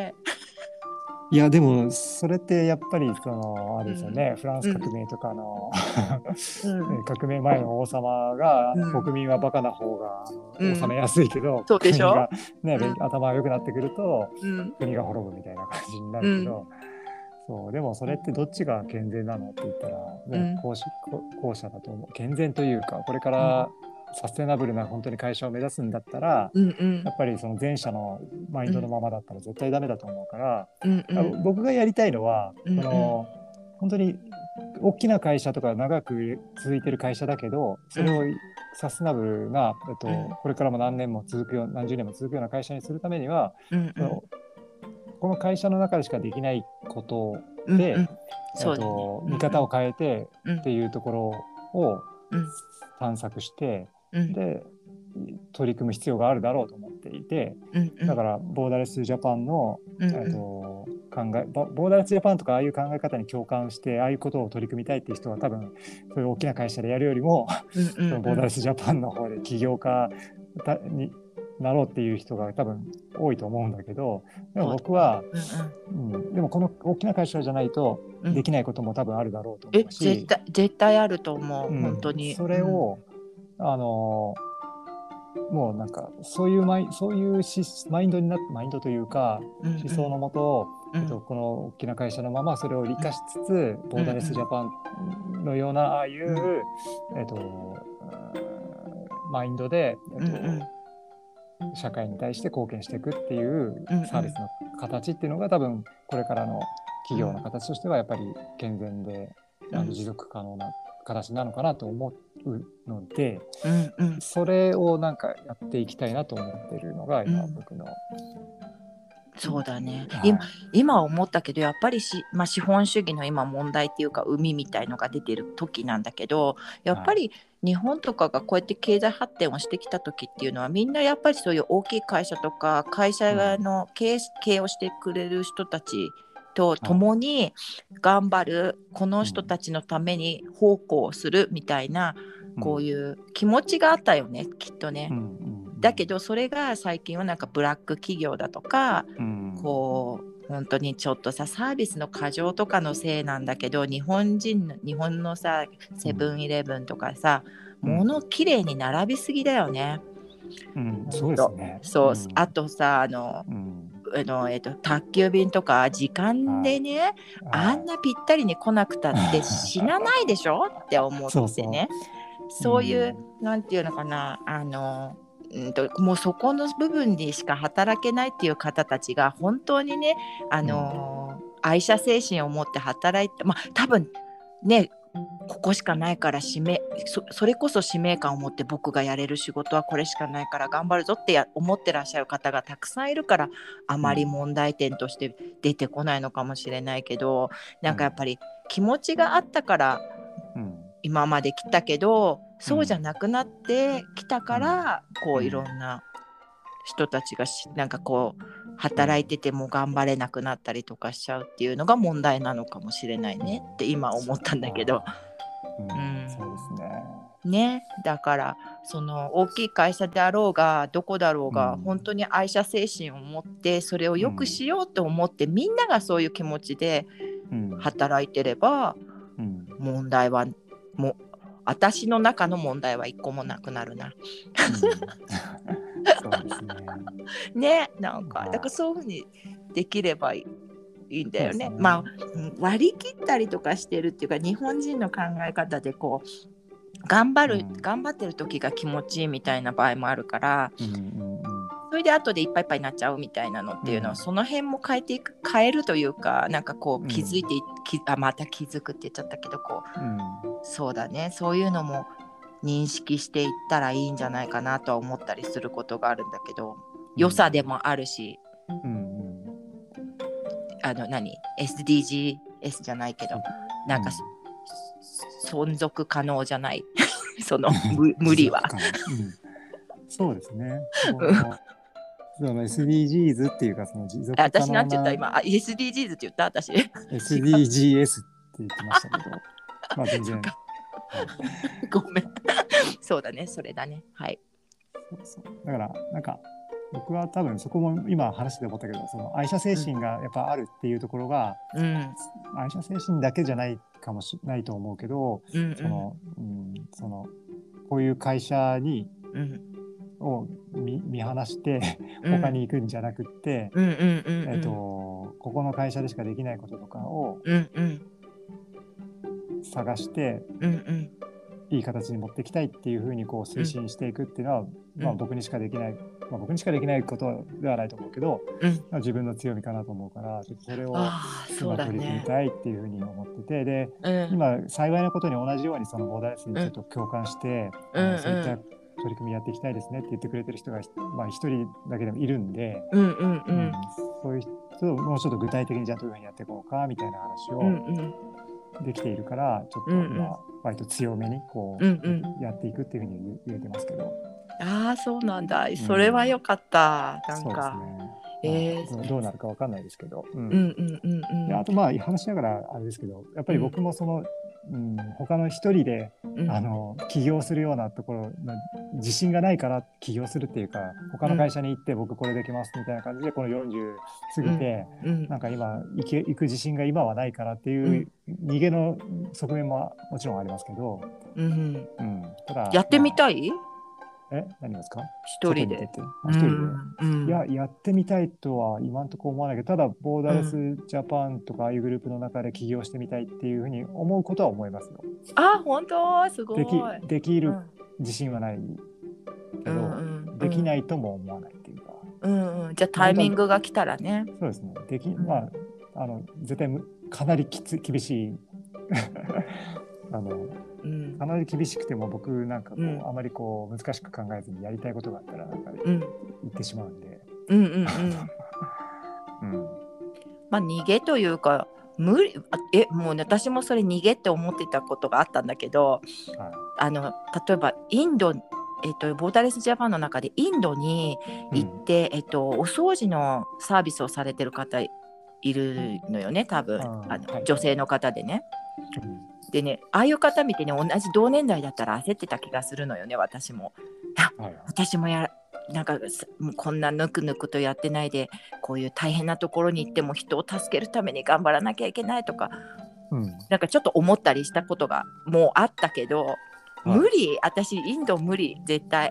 いやでもそれってやっぱりそのあれですよね、うん、フランス革命とかの、うん、革命前の王様が、うん、国民はバカな方が治めやすいけど、 うん、国が、ねうん、頭が良くなってくると、うん、国が滅ぶみたいな感じになるけど、うん、そうでもそれってどっちが健全なのって言ったら、ね、後, 後者だと思う。健全というかこれから、うんサステナブルな本当に会社を目指すんだったら、うんうん、やっぱりその前者のマインドのままだったら絶対ダメだと思うから、うんうん、僕がやりたいのは、うんうん、この本当に大きな会社とか長く続いてる会社だけどそれをサステナブルな、えっと、これからも何年も続くよ何十年も続くような会社にするためには、うんうん、この会社の中でしかできないことで、うんうんえっとね、見方を変えてっていうところを探索して、で取り組む必要があるだろうと思っていて、うんうん、だからボーダレスジャパンの、うんうん、と考えボーダレスジャパンとかああいう考え方に共感してああいうことを取り組みたいっていう人は多分そういう大きな会社でやるよりも、うんうんうん、ボーダレスジャパンの方で起業家になろうっていう人が多分多いと思うんだけど、でも僕は、うんうん、でもこの大きな会社じゃないとできないことも多分あるだろうと思うし、 え絶対、絶対あると思う、うん、本当にそれを、あのもうなんかそういうマイそういうしマインドになマインドというか、 うんうん思想のもと、 うんえっと、この大きな会社のままそれを生かしつつ、ボーダレスジャパンのようなああいう、 うんえっと、マインドで、えっとうんうん社会に対して貢献していくっていううんうんサービスの形っていうのが多分これからの企業の形としてはやっぱり健全で、あの持続可能な形なのかなと思うので、 うんうんそれをなんかやっていきたいなと思ってるのが今うん僕の、 そうだね、 はい今今思ったけどやっぱりし、まあ、資本主義の今問題っていうか海みたいのが出てる時なんだけど、やっぱり日本とかがこうやって経済発展をしてきた時っていうのはみんなやっぱりそういう大きい会社とか会社の経営、経営をしてくれる人たちと共に頑張る、この人たちのために奉公するみたいな、こういう気持ちがあったよねきっとね。 うんうんだけどそれが最近はなんかブラック企業だとか、 うんこう本当にちょっとさサービスの過剰とかのせいなんだけど、日本人の日本のさセブンイレブンとかさ、 うん物きれいに並びすぎだよね。 うんそうですね。 そう、 うんあとさあの、 うんあのえっと、宅急便とか時間でね、 はいあんなぴったりに来なくたって死なないでしょって思ってね。そういう、なんていうのかな、あのうんともうそこの部分にしか働けないっていう方たちが本当にね、あのー愛社精神を持って働いて、まあ多分ねここしかないから使命 そ, それこそ使命感を持って僕がやれる仕事はこれしかないから頑張るぞってや思ってらっしゃる方がたくさんいるからあまり問題点として出てこないのかもしれないけど、なんかやっぱり気持ちがあったから今まで来たけど、そうじゃなくなってきたから、うん、こういろんな人たちがなんかこう働いてても頑張れなくなったりとかしちゃうっていうのが問題なのかもしれないねって今思ったんだけど、 うんうん、そうですね。 ね、だからその大きい会社であろうがどこだろうが、うん、本当に愛社精神を持ってそれを良くしようと思って、うん、みんながそういう気持ちで働いてれば、うん、問題はもう私の中の問題は一個もなくなるな。うん、そうですね。ね、なんかだからそういうふうにできればいい、いいんだよね。まあ割り切ったりとかしてるっていうか、日本人の考え方でこう頑張る、うん、頑張ってる時が気持ちいいみたいな場合もあるから、うんうんうん、それで後でいっぱいいっぱいになっちゃうみたいなのっていうのは、うん、その辺も変えていく変えるというか、なんかこう気づいて、うん、あまた気づくって言っちゃったけどこう、うん、そうだね、そういうのも認識していったらいいんじゃないかなとは思ったりすることがあるんだけど、良さでもあるし、うんうん、あの何 エスディージーエス じゃないけどなんか、うん、存続可能じゃないその無理は、 うん、そうですね。その エスディージーズ っていうかその持続可能な、 私なんて言った今 エスディージーズ って言った私エスディージーエス って言ってましたけどまあ全然ごめんそうだね、それだね、はい。 そうそうだからなんか僕は多分そこも今話して思ったけど、その愛社精神がやっぱあるっていうところが、うん、愛社精神だけじゃないかもしれないと思うけど、うんうん、その、うん、そのこういう会社に、うん、を 見, 見放して他に行くんじゃなくって、えっとここの会社でしかできないこととかを探して、うんうんいい形に持っていきたいっていうふうにこう推進していくっていうのは、うんまあ、僕にしかできない、まあ、僕にしかできないことではないと思うけど、うんまあ、自分の強みかなと思うから、ちょっとそれを今取り組みたいっていうふうに思ってて、で、うん、今幸いなことに同じようにそのボーダーレスにちょっと共感して、うん、そういった取り組みやっていきたいですねって言ってくれてる人がまあ、一人だけでもいるんで、うんうんうんうん、そういう人をもうちょっと具体的にじゃあどういうふうにやっていこうかみたいな話を、うんうんできているからちょっと今割と強めにこうやっていくっていうふうに言えてますけど、 うんうん、ああそうなんだ、それは良かった、うん、なんかそうですね、えーまあ、どうなるか分かんないですけど、うんうんうんうん、であとまあ話しながらあれですけど、やっぱり僕もその、うん、他の一人で、うん、あの起業するようなところの自信がないから起業するっていうか、他の会社に行って僕これできますみたいな感じでこのよんじゅう過ぎて、うん、なんか今行け行く自信が今はないからっていう逃げの側面ももちろんありますけど、うんうん、 ただやってみたい？ ええ、何ですか？ 一人で。 外に出てあ一人で、 うんうんいや、やってみたいとは今のところ思わないけど、ただ、ボーダレスジャパンとかああいうグループの中で起業してみたいっていうふうに思うことは思いますよ。 あ、本当すごい。 でき、できるうん自信はないけど、 うんうん、 できないとも思わないっていうか。 うんうん、じゃあタイミングが来たらね。 そうですね。でき、 うんまあ、あの、絶対むかなりきつ厳しい。あの、 うんかなり厳しくても僕なんかこう、 うんあまりこう難しく考えずにやりたいことがあったらなんかうん言ってしまうんで。 うんうんうん。 うん。 まあ逃げというか無理あえもう、ね、私もそれ逃げって思ってたことがあったんだけど、 はい。 あの例えばインド、えっと、ボーダレスジャパンの中でインドに行って、うんえっと、お掃除のサービスをされてる方いるのよね多分、 ああの、 はい女性の方でね。 うんでね、ああいう方見てね、同じ同年代だったら焦ってた気がするのよね、私も。 はいはい私もやなんかもうこんなぬくぬくとやってないで、こういう大変なところに行っても人を助けるために頑張らなきゃいけないとか、 うんなんかちょっと思ったりしたことがもうあったけど、 はい無理、私インド無理絶対。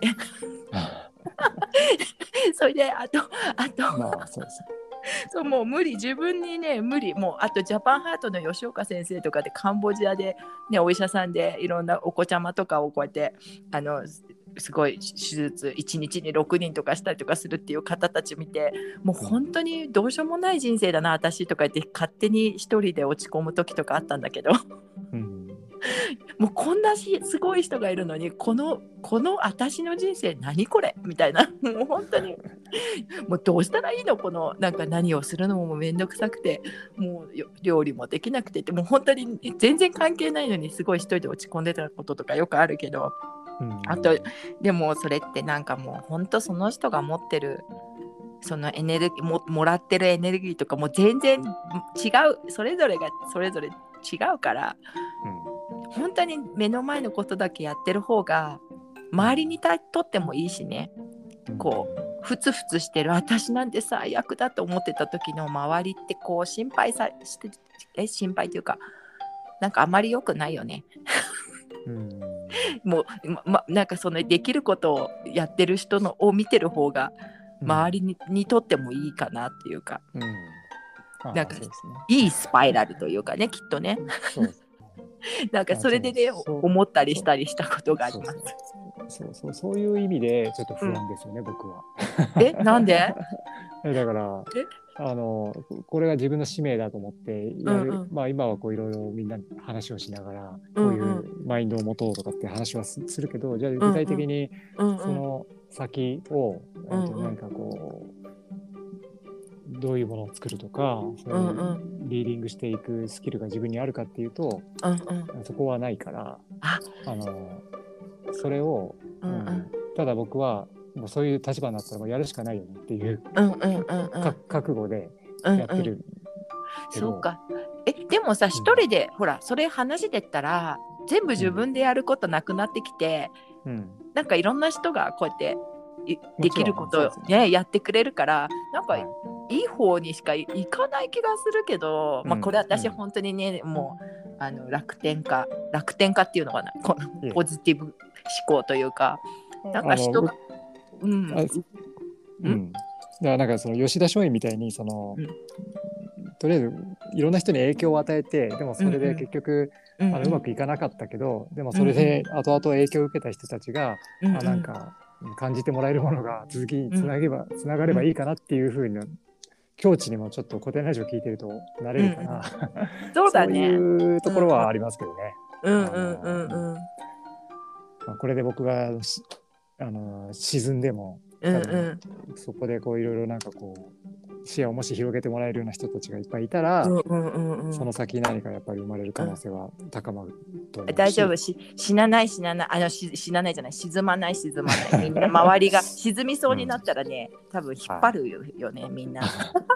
それであとあと、 まあそうですね。 そうもう無理、自分にね無理。もうあとジャパンハートの吉岡先生とかでカンボジアで、ね、お医者さんでいろんなお子ちゃまとかをこうやってあのすごい手術いちにちにろくにんとかしたりとかするっていう方たち見て、もう本当にどうしようもない人生だな私とか言って勝手に一人で落ち込む時とかあったんだけど、 うんもうこんなしすごい人がいるのにこのこの私の人生何これみたいな、もう本当にもうどうしたらいいの、このなんか何をするのもめんどくさくて、もうよ料理もできなくてって、もう本当に全然関係ないのにすごい一人で落ち込んでたこととかよくあるけど、 うんあとでもそれってなんかもう本当その人が持ってるそのエネルギー も, もらってるエネルギーとかも全然違う、それぞれがそれぞれ違うから、本当に目の前のことだけやってる方が周りにとってもいいしね、 うんこうふつふつしてる私なんて最悪だと思ってた時の周りってこう心配さしてえ心配というかなんかあまり良くないよね。 うんもう、まま、なんかそのできることをやってる人のを見てる方が周り に,、にとってもいいかなっていうか、 うんあなんかそうですね。 いいスパイラルというかねきっとね、 そうですなんかそれでねあそう思ったりしたりしたことがあります。 そうそうそうそういう意味でちょっと不安ですよね、僕は。 えなんでえだからえあのこれが自分の使命だと思ってやる、 うんうんまあ今はこういろいろみんな話をしながらうんうんこういうマインドを持とうとかって話は す, するけど、じゃあ具体的にうんうんその先を、 うんうんえっと何かこうどういうものを作るとか、そううんいううんリーディングしていくスキルが自分にあるかっていうと、 うんうんそこはないから、 ああのそれを、 うんうんうんただ僕はもうそういう立場になったらもうやるしかないよねっていう、 うんうんうんうんか覚悟でうんやってる、 うんそうか。えでもさ一人で、ほらそれ話してったら全部自分でやることなくなってきて、 うんなんかいろんな人がこうやっていできることをそうですねやってくれるからなんか、 はいいい方にしかいかない気がするけど、まあ、 うんこれ私うん本当にね、もうあの楽天家楽天家っていうのかな、こいえのポジティブ思考というか、なんか人があうんあうん、だからなんかその吉田松陰みたいにその、 うんとりあえずいろんな人に影響を与えて、でもそれで結局、 うんうんあのうまくいかなかったけど、でもそれで後々影響を受けた人たちが、 うんうんあなんか感じてもらえるものが続きにつなげば、つながればいいかなっていうふうな境地にもちょっと古典ラジオ聞いてるとなれるから、 そうだね。 そういうところはありますけどね。 うんうんうんうんまあ、これで僕がしあの沈んでも、 うんう多分んそこでこういろいろなんかこう視野をもし広げてもらえるような人たちがいっぱいいたら、 うんうんうんうんその先何かやっぱり生まれる可能性は高まると思うし、 大丈夫し死なない死なないあのし死なないじゃない沈まない沈まないみんな周りが沈みそうになったらね、多分引っ張るよ,、よねみんな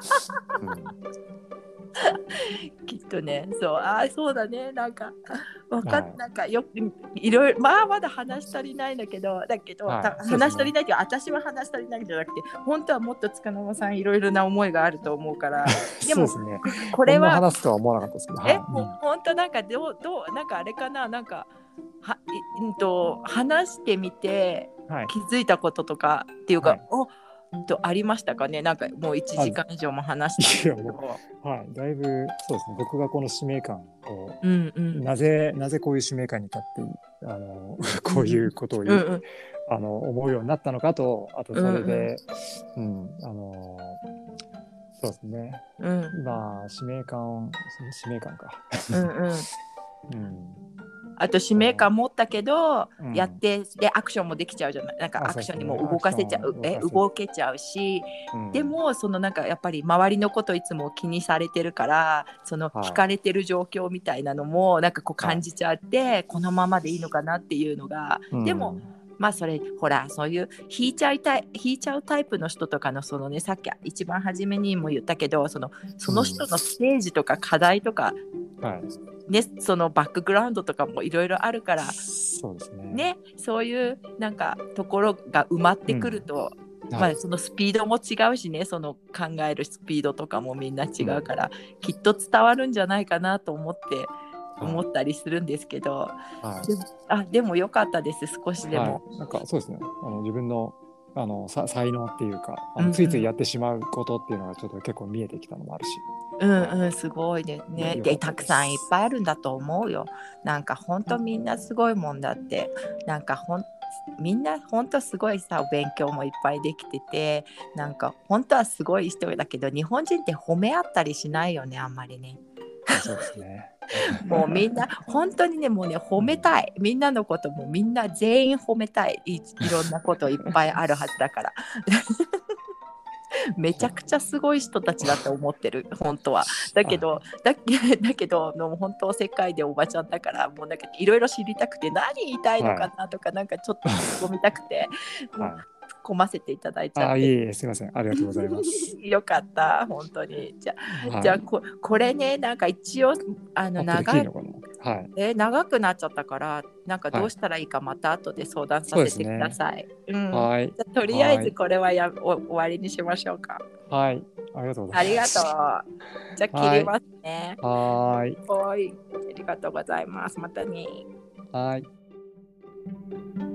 きっとね。そうああそうだね、なんかわかっ、 はいなんかよいろいろまあまだ話し足りないんだけどだけど、 はいたそうですね話し足りないけど私は話し足りないんじゃなくて本当はもっと塚沼さんいろいろな思いがあると思うからでもそうですね。 これはこんな話すとは思わなかったですけど、はいえ、ほ本当なんかどうどうなんかあれかな、なんかはいうんと話してみてはい、 気づいたこととかっていうか、 はい、 おとありましたかね。なんかもういちじかん以上も話してるけど。 はい、だいぶそうですね。僕がこの使命感を、 うんうん、 なぜなぜこういう使命感に立ってあのこういうことを言う、 うんうん、 あの思うようになったのかと、あとそれで、うん、うん、あのそうですね。 うん、 今使命感使命感か。 うんうん。 うんあと使命感持ったけど、 うん、 やってでアクションもできちゃうじゃない。なんかアクションにも動かせちゃう、え動けちゃうし、うん、でもそのなんかやっぱり周りのこといつも気にされてるから、その惹かれてる状況みたいなのもなんかこう感じちゃって、はい、このままでいいのかなっていうのが、うん、でもまあそれほらそういう引いちゃいたい引いちゃうタイプの人とかのそのね、さっき一番初めにも言ったけど、そのその人のステージとか課題とか、うん、はいね、そのバックグラウンドとかもいろいろあるから、 そうですね、 ね、そういうなんかところが埋まってくると、うん、まあ、そのスピードも違うしね、その考えるスピードとかもみんな違うから、うん、きっと伝わるんじゃないかなと思って思ったりするんですけど、はい、でもあでもよかったです、少しでも、 はい、なんかそうですね、あの自分のあのさ才能っていうか、あのついついやってしまうことっていうのがちょっと結構見えてきたのもあるし、 うんうん、すごいですね。で、たくさんいっぱいあるんだと思うよ。なんか本当みんなすごいもんだって、なんかほんみんな本当すごいさ、お勉強もいっぱいできてて、なんか本当はすごい人だけど、日本人って褒め合ったりしないよね、あんまりね。 そうですね。 もうみんな本当にね、もうね、褒めたい、みんなのこともみんな全員褒めたい、い, いろんなこといっぱいあるはずだからめちゃくちゃすごい人たちだって思ってる本当は。だけどだだけどの本当世界でおばちゃんだから、もうなんかいろいろ知りたくて、何言いたいのかなとか、はい、なんかちょっと突っ込みたくて、はい、突っ込ませていただいちゃって。 あ、いえいえ、すいません、ありがとうございますよかった本当に。じゃあ、はい、じゃあ こ, これね、なんか一応あの長いはい、え長くなっちゃったから、なんかどうしたらいいかまた後で相談させてください。うん、はい、じゃとりあえずこれはやお終わりにしましょうか。 はい、ありがとうございます。 ありがとう。じゃあ切りますね。 はい。 はい。ありがとうございます。またね。 はい。